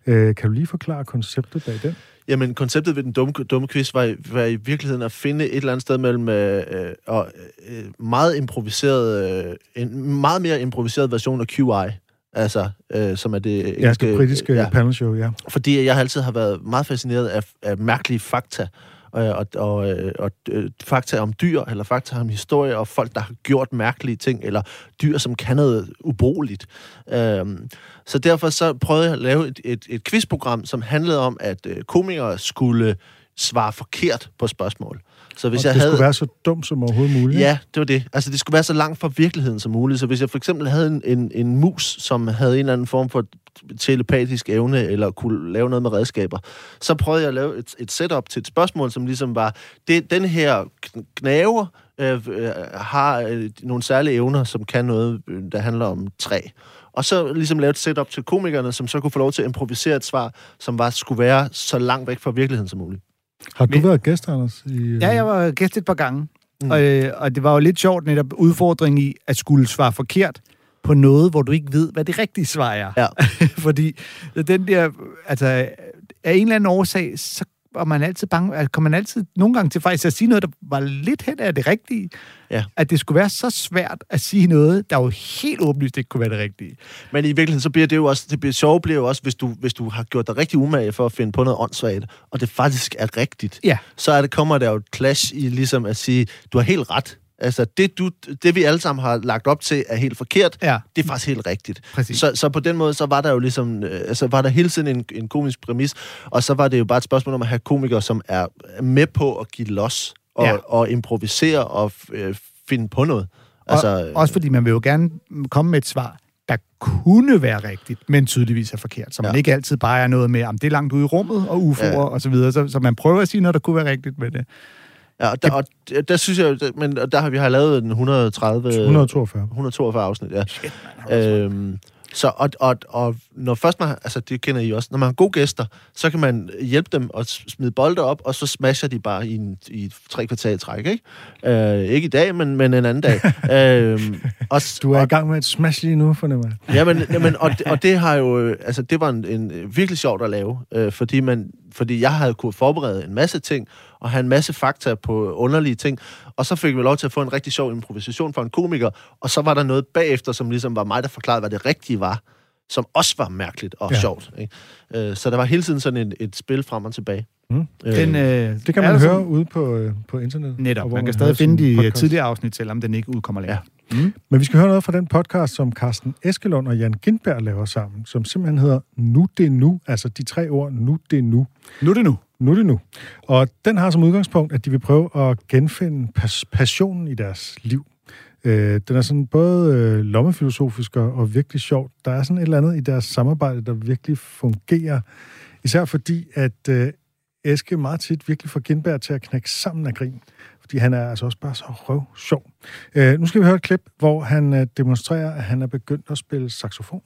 Øh, kan du lige forklare konceptet bag den? Jamen, konceptet ved den dumme, dumme quiz var, var i virkeligheden at finde et eller andet sted mellem øh, og, øh, meget improviseret, øh, en meget mere improviseret version af Q I. Altså, øh, som er det engelske... Ja, det britiske ja. panel show, ja. Fordi jeg altid har været meget fascineret af, af mærkelige fakta. Og, og, og, og fakta om dyr, eller fakta om historie, og folk, der har gjort mærkelige ting, eller dyr, som kan noget ubrugeligt. Øhm, så derfor så prøvede jeg at lave et, et, et quizprogram, som handlede om, at komikere skulle svare forkert på spørgsmål. Så hvis og jeg det havde... skulle være så dumt som overhovedet muligt? Ja, det var det. Altså, det skulle være så langt fra virkeligheden som muligt. Så hvis jeg for eksempel havde en, en, en mus, som havde en eller anden form for telepatisk evne, eller kunne lave noget med redskaber, så prøvede jeg at lave et, et setup til et spørgsmål, som ligesom var, det, den her gnaver øh, øh, har øh, nogle særlige evner, som kan noget, øh, der handler om træ. Og så ligesom lave et setup til komikerne, som så kunne få lov til at improvisere et svar, som var, skulle være så langt væk fra virkeligheden som muligt. Har du Men, været gæst, Anders? I, ja, jeg var gæst et par gange. Mm. Og, øh, og det var jo lidt sjovt netop udfordring i at skulle svare forkert på noget, hvor du ikke ved, hvad det rigtige svar er. Ja. Fordi den der, altså, af en eller anden årsag, så var man altid bange, altså, kom man altid nogle gange til faktisk at sige noget, der var lidt hen af det rigtige. Ja. At det skulle være så svært at sige noget, der jo helt åbenlyst ikke kunne være det rigtige. Men i virkeligheden, så bliver det jo også, det bliver sjovt bliver jo også, hvis du, hvis du har gjort dig rigtig umage for at finde på noget åndssvagt, og det faktisk er rigtigt, ja. Så er det, kommer der jo et clash i ligesom at sige, du har helt ret. Altså, det, du, det vi alle sammen har lagt op til, er helt forkert. Ja. Det er faktisk helt rigtigt. Så, så på den måde, så var der jo ligesom, altså var der hele tiden en, en komisk præmis, og så var det jo bare et spørgsmål om at have komikere, som er med på at give los, og, ja. og improvisere, og øh, finde på noget. Altså, og, også fordi man vil jo gerne komme med et svar, der kunne være rigtigt, men tydeligvis er forkert. Så man ja. ikke altid bare er noget med, om det er langt ude i rummet, og U F O'er, ja. og så videre. Så, så man prøver at sige noget, der kunne være rigtigt med det. Ja, og der, og der synes jeg, men der har vi har lavet en et hundrede og tredive... et hundrede og toogfyrre. et hundrede og toogfyrre afsnit, ja. Shit, man, øhm, så, og, og, og når først man, altså det kender I også, når man har gode gæster, så kan man hjælpe dem og smide bolde op, og så smasher de bare i, en, i tre kvartal i træk, ikke? Øh, ikke i dag, men, men en anden dag. øhm, og, du er og, i gang med et smash lige nu, fornemmer jeg. Ja, men, jamen, og, og det har jo, altså det var en, en virkelig sjovt at lave, øh, fordi man, fordi jeg havde kunne forberede en masse ting, og have en masse fakta på underlige ting, og så fik vi lov til at få en rigtig sjov improvisation fra en komiker, og så var der noget bagefter, som ligesom var mig, der forklarede, hvad det rigtige var, som også var mærkeligt og ja. sjovt. Ikke? Så der var hele tiden sådan et, et spil frem og tilbage. Mm. Den, øh, det kan man høre sådan ude på, på internettet. Netop, man kan man stadig finde de podcast. tidligere afsnit, selvom den ikke udkommer længere. Ja. Mm. Men vi skal høre noget fra den podcast, som Carsten Eskelund og Jan Gintberg laver sammen, som simpelthen hedder Nu det nu, altså de tre ord, Nu det nu. Nu det nu. Nu det nu. Og den har som udgangspunkt, at de vil prøve at genfinde pas- passionen i deres liv. Øh, den er sådan både øh, lommefilosofisk og virkelig sjovt. Der er sådan et eller andet i deres samarbejde, der virkelig fungerer. Især fordi, at øh, Eske meget tit virkelig får Gintberg til at knække sammen af grin. Fordi han er altså også bare så røv sjov. Øh, nu skal vi høre et klip, hvor han øh, demonstrerer, at han er begyndt at spille saxofon.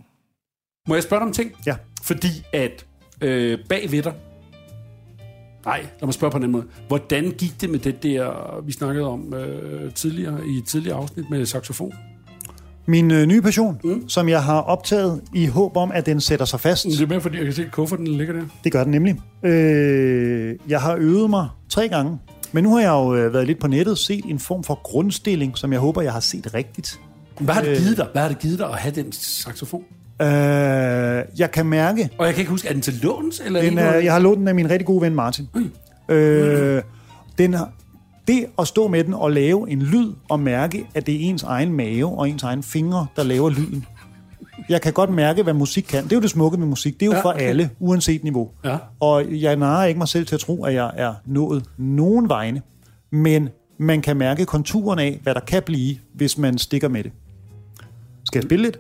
Må jeg spørge dig om ting? Ja. Fordi at øh, bag ved dig, nej, lad mig spørge på en anden måde. Hvordan gik det med det der, vi snakkede om øh, tidligere, i et tidligere afsnit med saxofon? Min øh, nye passion, mm. som jeg har optaget i håb om, at den sætter sig fast. Det er mere, fordi jeg kan se, at kufferten ligger der. Det gør den nemlig. Øh, jeg har øvet mig tre gange, men nu har jeg jo øh, været lidt på nettet, set en form for grundstilling, som jeg håber, jeg har set rigtigt. Hvad har det givet dig? Hvad har det givet dig at have den saxofon? Øh, jeg kan mærke... Og jeg kan ikke huske, er den til låns? Eller den, er, jeg har lånt den af min rigtig gode ven Martin. Mm. Øh, den har... Det at stå med den og lave en lyd og mærke, at det er ens egen mave og ens egen fingre, der laver lyden. Jeg kan godt mærke, hvad musik kan. Det er jo det smukke med musik. Det er jo ja, okay. for alle, uanset niveau. Ja. Og jeg narrer ikke mig selv til at tro, at jeg er nået nogen vegne. Men man kan mærke konturen af, hvad der kan blive, hvis man stikker med det. Skal jeg spille lidt?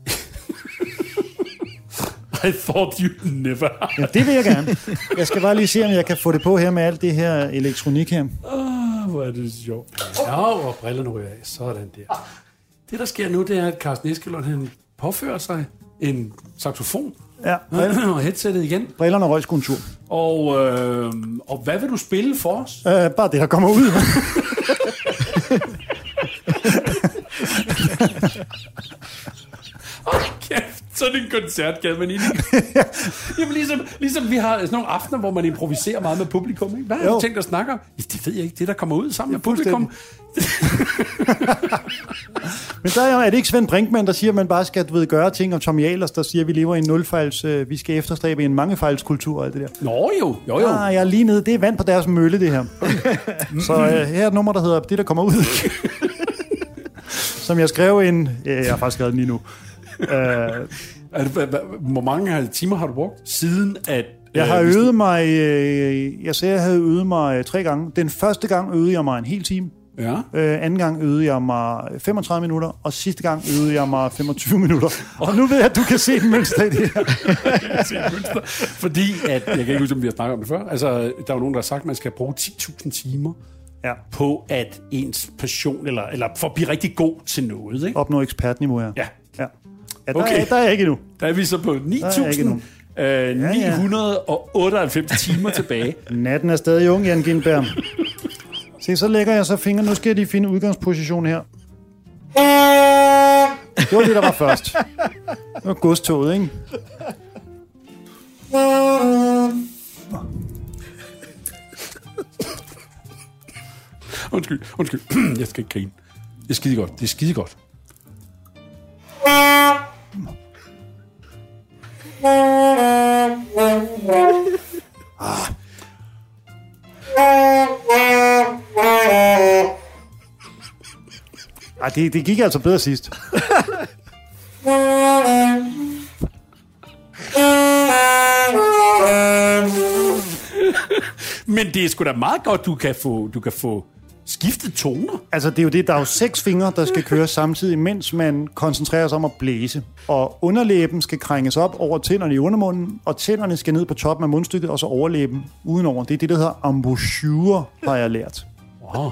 I thought you'd never. Ja, det vil jeg gerne. Jeg skal bare lige se, om jeg kan få det på her med alt det her elektronik her. Åh, hvor er det sjovt. Ja, og brillerne ryger af. Sådan der. Det, der sker nu, det er, at Carsten Eskelund, han påfører sig en saxofon. Ja. Og headsettet igen. Brillerne røg sgu en tur. Og, øh, og hvad vil du spille for os? Øh, bare det, der kommer ud. Hold kæft. sådan en koncert kan man egentlig... Jamen, ligesom, ligesom vi har sådan nogle aftener, hvor man improviserer meget med publikum. Ikke? Hvad har du tænkt at snakke om? Ja, det ved jeg ikke. Det, der kommer ud sammen med publikum. Men der er, er det ikke Svend Brinkmann, der siger, at man bare skal du ved, gøre ting, og Tommy Ahlers, der siger, at vi lever i en nulfejls... Øh, vi skal efterstræbe en mangefejlskultur og alt det der. Nå jo, jo jo. Ah, jeg er lige nede. Det er vand på deres mølle, det her. Så øh, her er et nummer, der hedder Det, der kommer ud. Som jeg skrev ind... Ja, jeg har faktisk skrevet den lige nu. Uh, er det, hvor mange timer har du brugt siden at... Jeg har øh, øvet mig... Øh, jeg sagde, jeg havde øvet mig tre gange. Den første gang øvede jeg mig en hel time. Ja. Øh, anden gang øvede jeg mig femogtredive minutter, og sidste gang øvede jeg mig femogtyve minutter. Og nu ved jeg, at du kan se et mønster i det her. Fordi, at, jeg kan ikke huske, om vi har snakket om det før, altså, der er jo nogen, der har sagt, at man skal bruge ti tusind timer ja. på at ens passion, eller, eller for at blive rigtig god til noget. Ikke? Opnå ekspertniveau, ja. Ja. ja. ja der, okay. er, der er jeg ikke endnu. Der er vi så på ni tusind ni hundrede og otteoghalvfems timer tilbage. Natten er stadig ung, Jan Gindberg. Se, så lægger jeg så fingre. Nu skal jeg lige finde udgangsposition her. Det var det, der var først. Det var godstoget, ikke? Undskyld, undskyld. Jeg skal ikke grine. Det er skide godt. Det er skide godt. Ah. Ej, det, det gik altså bedre sidst. Men det er sgu da meget godt, du kan få, du kan få skiftet toner. Altså, det er jo det, der er jo seks fingre, der skal køre samtidig, mens man koncentrerer sig om at blæse. Og underlæben skal krænges op over tænderne i undermunden, og tænderne skal ned på toppen af mundstykket, og så overlæben udenover. Det er det, der hedder embouchure, har jeg lært. Wow.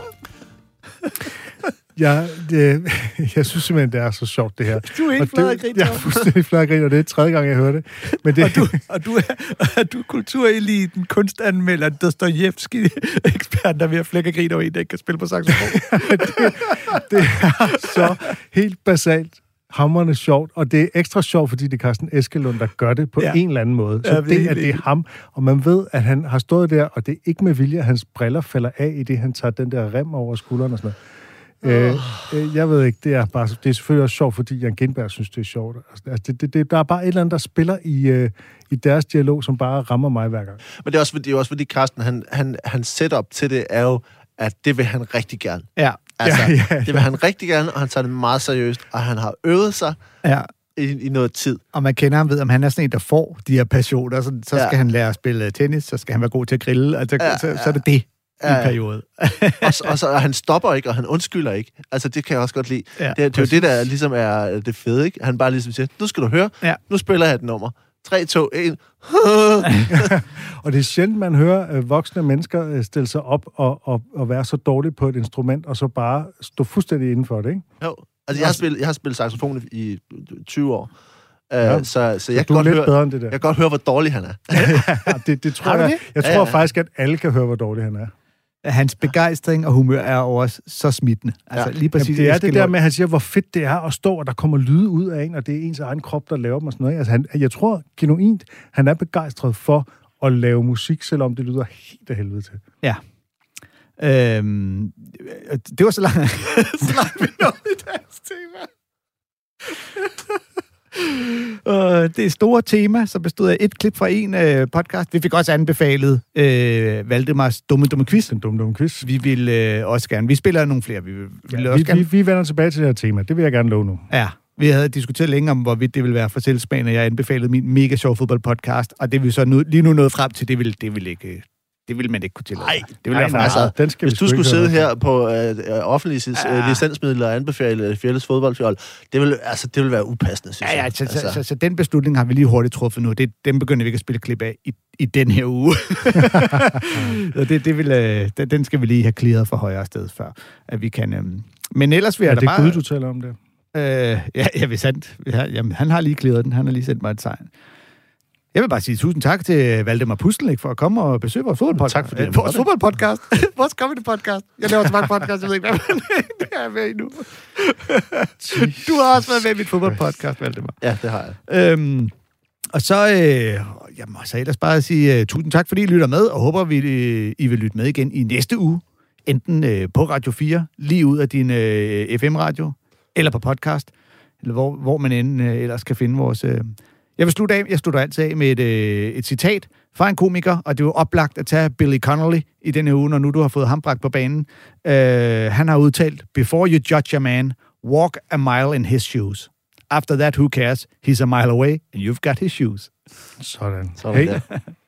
Ja, det, jeg synes simpelthen, det er så sjovt, det her. Du er helt flad af grin. Jeg er fuldstændig flad af grin, og det er tredje gang, jeg hører det. Men det og, du, og du er, er du kultureliten, kunstanmelder, Dostojevskij-ekspert, der er ved at flække grin over en, der ikke kan spille på saxofon. det, det er så helt basalt hamrende sjovt, og det er ekstra sjovt, fordi det er Carsten Eskelund, der gør det på ja. en eller anden måde. Så ja, det, det er det er ham, og man ved, at han har stået der, og det er ikke med vilje, at hans briller falder af, i det han tager den der rem over skulderen og sådan noget. Øh, øh, jeg ved ikke, det er bare det er selvfølgelig også sjovt, fordi Jan Gindberg synes, det er sjovt. Altså, det, det, det, der er bare et eller andet, der spiller i, øh, i deres dialog, som bare rammer mig hver gang. Men det er også fordi, også fordi Carsten, han, han, han setup til det er jo, at det vil han rigtig gerne. Ja. Altså, ja, ja, ja. det vil han rigtig gerne, og han tager det meget seriøst, og han har øvet sig ja. i, i noget tid. Og man kender ham ved, om han er sådan en, der får de her passioner, så, så skal ja. han lære at spille tennis, så skal han være god til at grille, altså, ja, så, ja. så er det det. Ja, i periode. og, så, og så og han stopper ikke, og han undskylder ikke. Altså, det kan jeg også godt lide. Ja, det, det er jo det, der ligesom er det fede, ikke? Han bare ligesom siger, nu skal du høre, ja. nu spiller jeg et nummer. tre, to, et Og det er sjældent, man hører øh, voksne mennesker øh, stille sig op og, og, og være så dårlige på et instrument, og så bare stå fuldstændig inden for det, ikke? Jo, altså jeg har spillet, jeg har spillet saxofon i tyve år. Uh, ja. Så, så jeg, så kan godt høre, end det der. jeg kan godt høre, hvor dårlig han er. ja, det, det tror jeg. Jeg tror ja, ja. faktisk, at alle kan høre, hvor dårlig han er. Hans begejstring og humør er også så smittende. Altså, ja. lige præcis. Jamen, det er det der med, at han siger, hvor fedt det er at stå, og der kommer lyde ud af en, og det er ens egen krop, der laver dem og sådan noget. Altså, han, jeg tror genuint, han er begejstret for at lave musik, selvom det lyder helt af helvede til. Ja. Øhm, det var så langt, så langt vi nåede i dagens tema. Uh, det er store tema, som bestod af et klip fra en uh, podcast. Vi fik også anbefalet uh, Valdemars dumme, dumme quiz. Den dumme, dumme quiz. Vi vil uh, også gerne... Vi spiller nogle flere. Vi, vil, ja, vil også vi, gerne... vi, vi vender tilbage til det her tema. Det vil jeg gerne love nu. Ja, vi havde diskuteret længe om, hvorvidt det ville være for selvspagende. Jeg anbefalede min mega sjov fodboldpodcast, og det vi så nu, lige nu nået frem til, det vil, det vil ikke... Det ville man ikke kunne tillade. Nej, det ville være altså, den skal hvis du skulle sidde her på øh, offentlige ja. licensmidler og anbefale Fjelles fodboldfjold, det vil altså det vil være upassende, synes ja, ja, jeg. Så, altså. så, så, så den beslutning har vi lige hurtigt truffet nu. Det, den begynder vi ikke at spille klip af i, i den her uge. det, det vil, øh, den skal vi lige have clearet for højere sted, før at vi kan... Øh, men ellers vil jeg ja, da bare... det er Gud, du taler om det. Øh, ja, ja, hvis han, ja, jamen, han har lige clearet den. Han har lige sendt mig et tegn. Jeg vil bare sige tusind tak til Valdemar Pustelnik for at komme og besøge vores fodboldpodcast. Tak for det. Øh, vores fodboldpodcast. Vores comedy podcast. Jeg laver så mange podcast, jeg ved ikke, hvad det er med i nu. Du har også været med i mit fodboldpodcast, Valdemar. Ja, det har jeg. Øhm, og så, øh, jamen, så ellers bare sige uh, tusind tak, fordi I lytter med, og håber, vi, uh, I vil lytte med igen i næste uge. Enten uh, på Radio fire, lige ud af din uh, F M-radio, eller på podcast, eller hvor, hvor man end uh, ellers kan finde vores... Uh... Jeg vil slutte af, jeg slutter altid af med et, uh, et citat fra en komiker, og det er jo oplagt at tage Billy Connolly i denne uge, når nu du har fået ham bragt på banen. Uh, han har udtalt, before you judge a man, walk a mile in his shoes. After that, who cares? He's a mile away, and you've got his shoes. Sådan. Sådan Hey. der.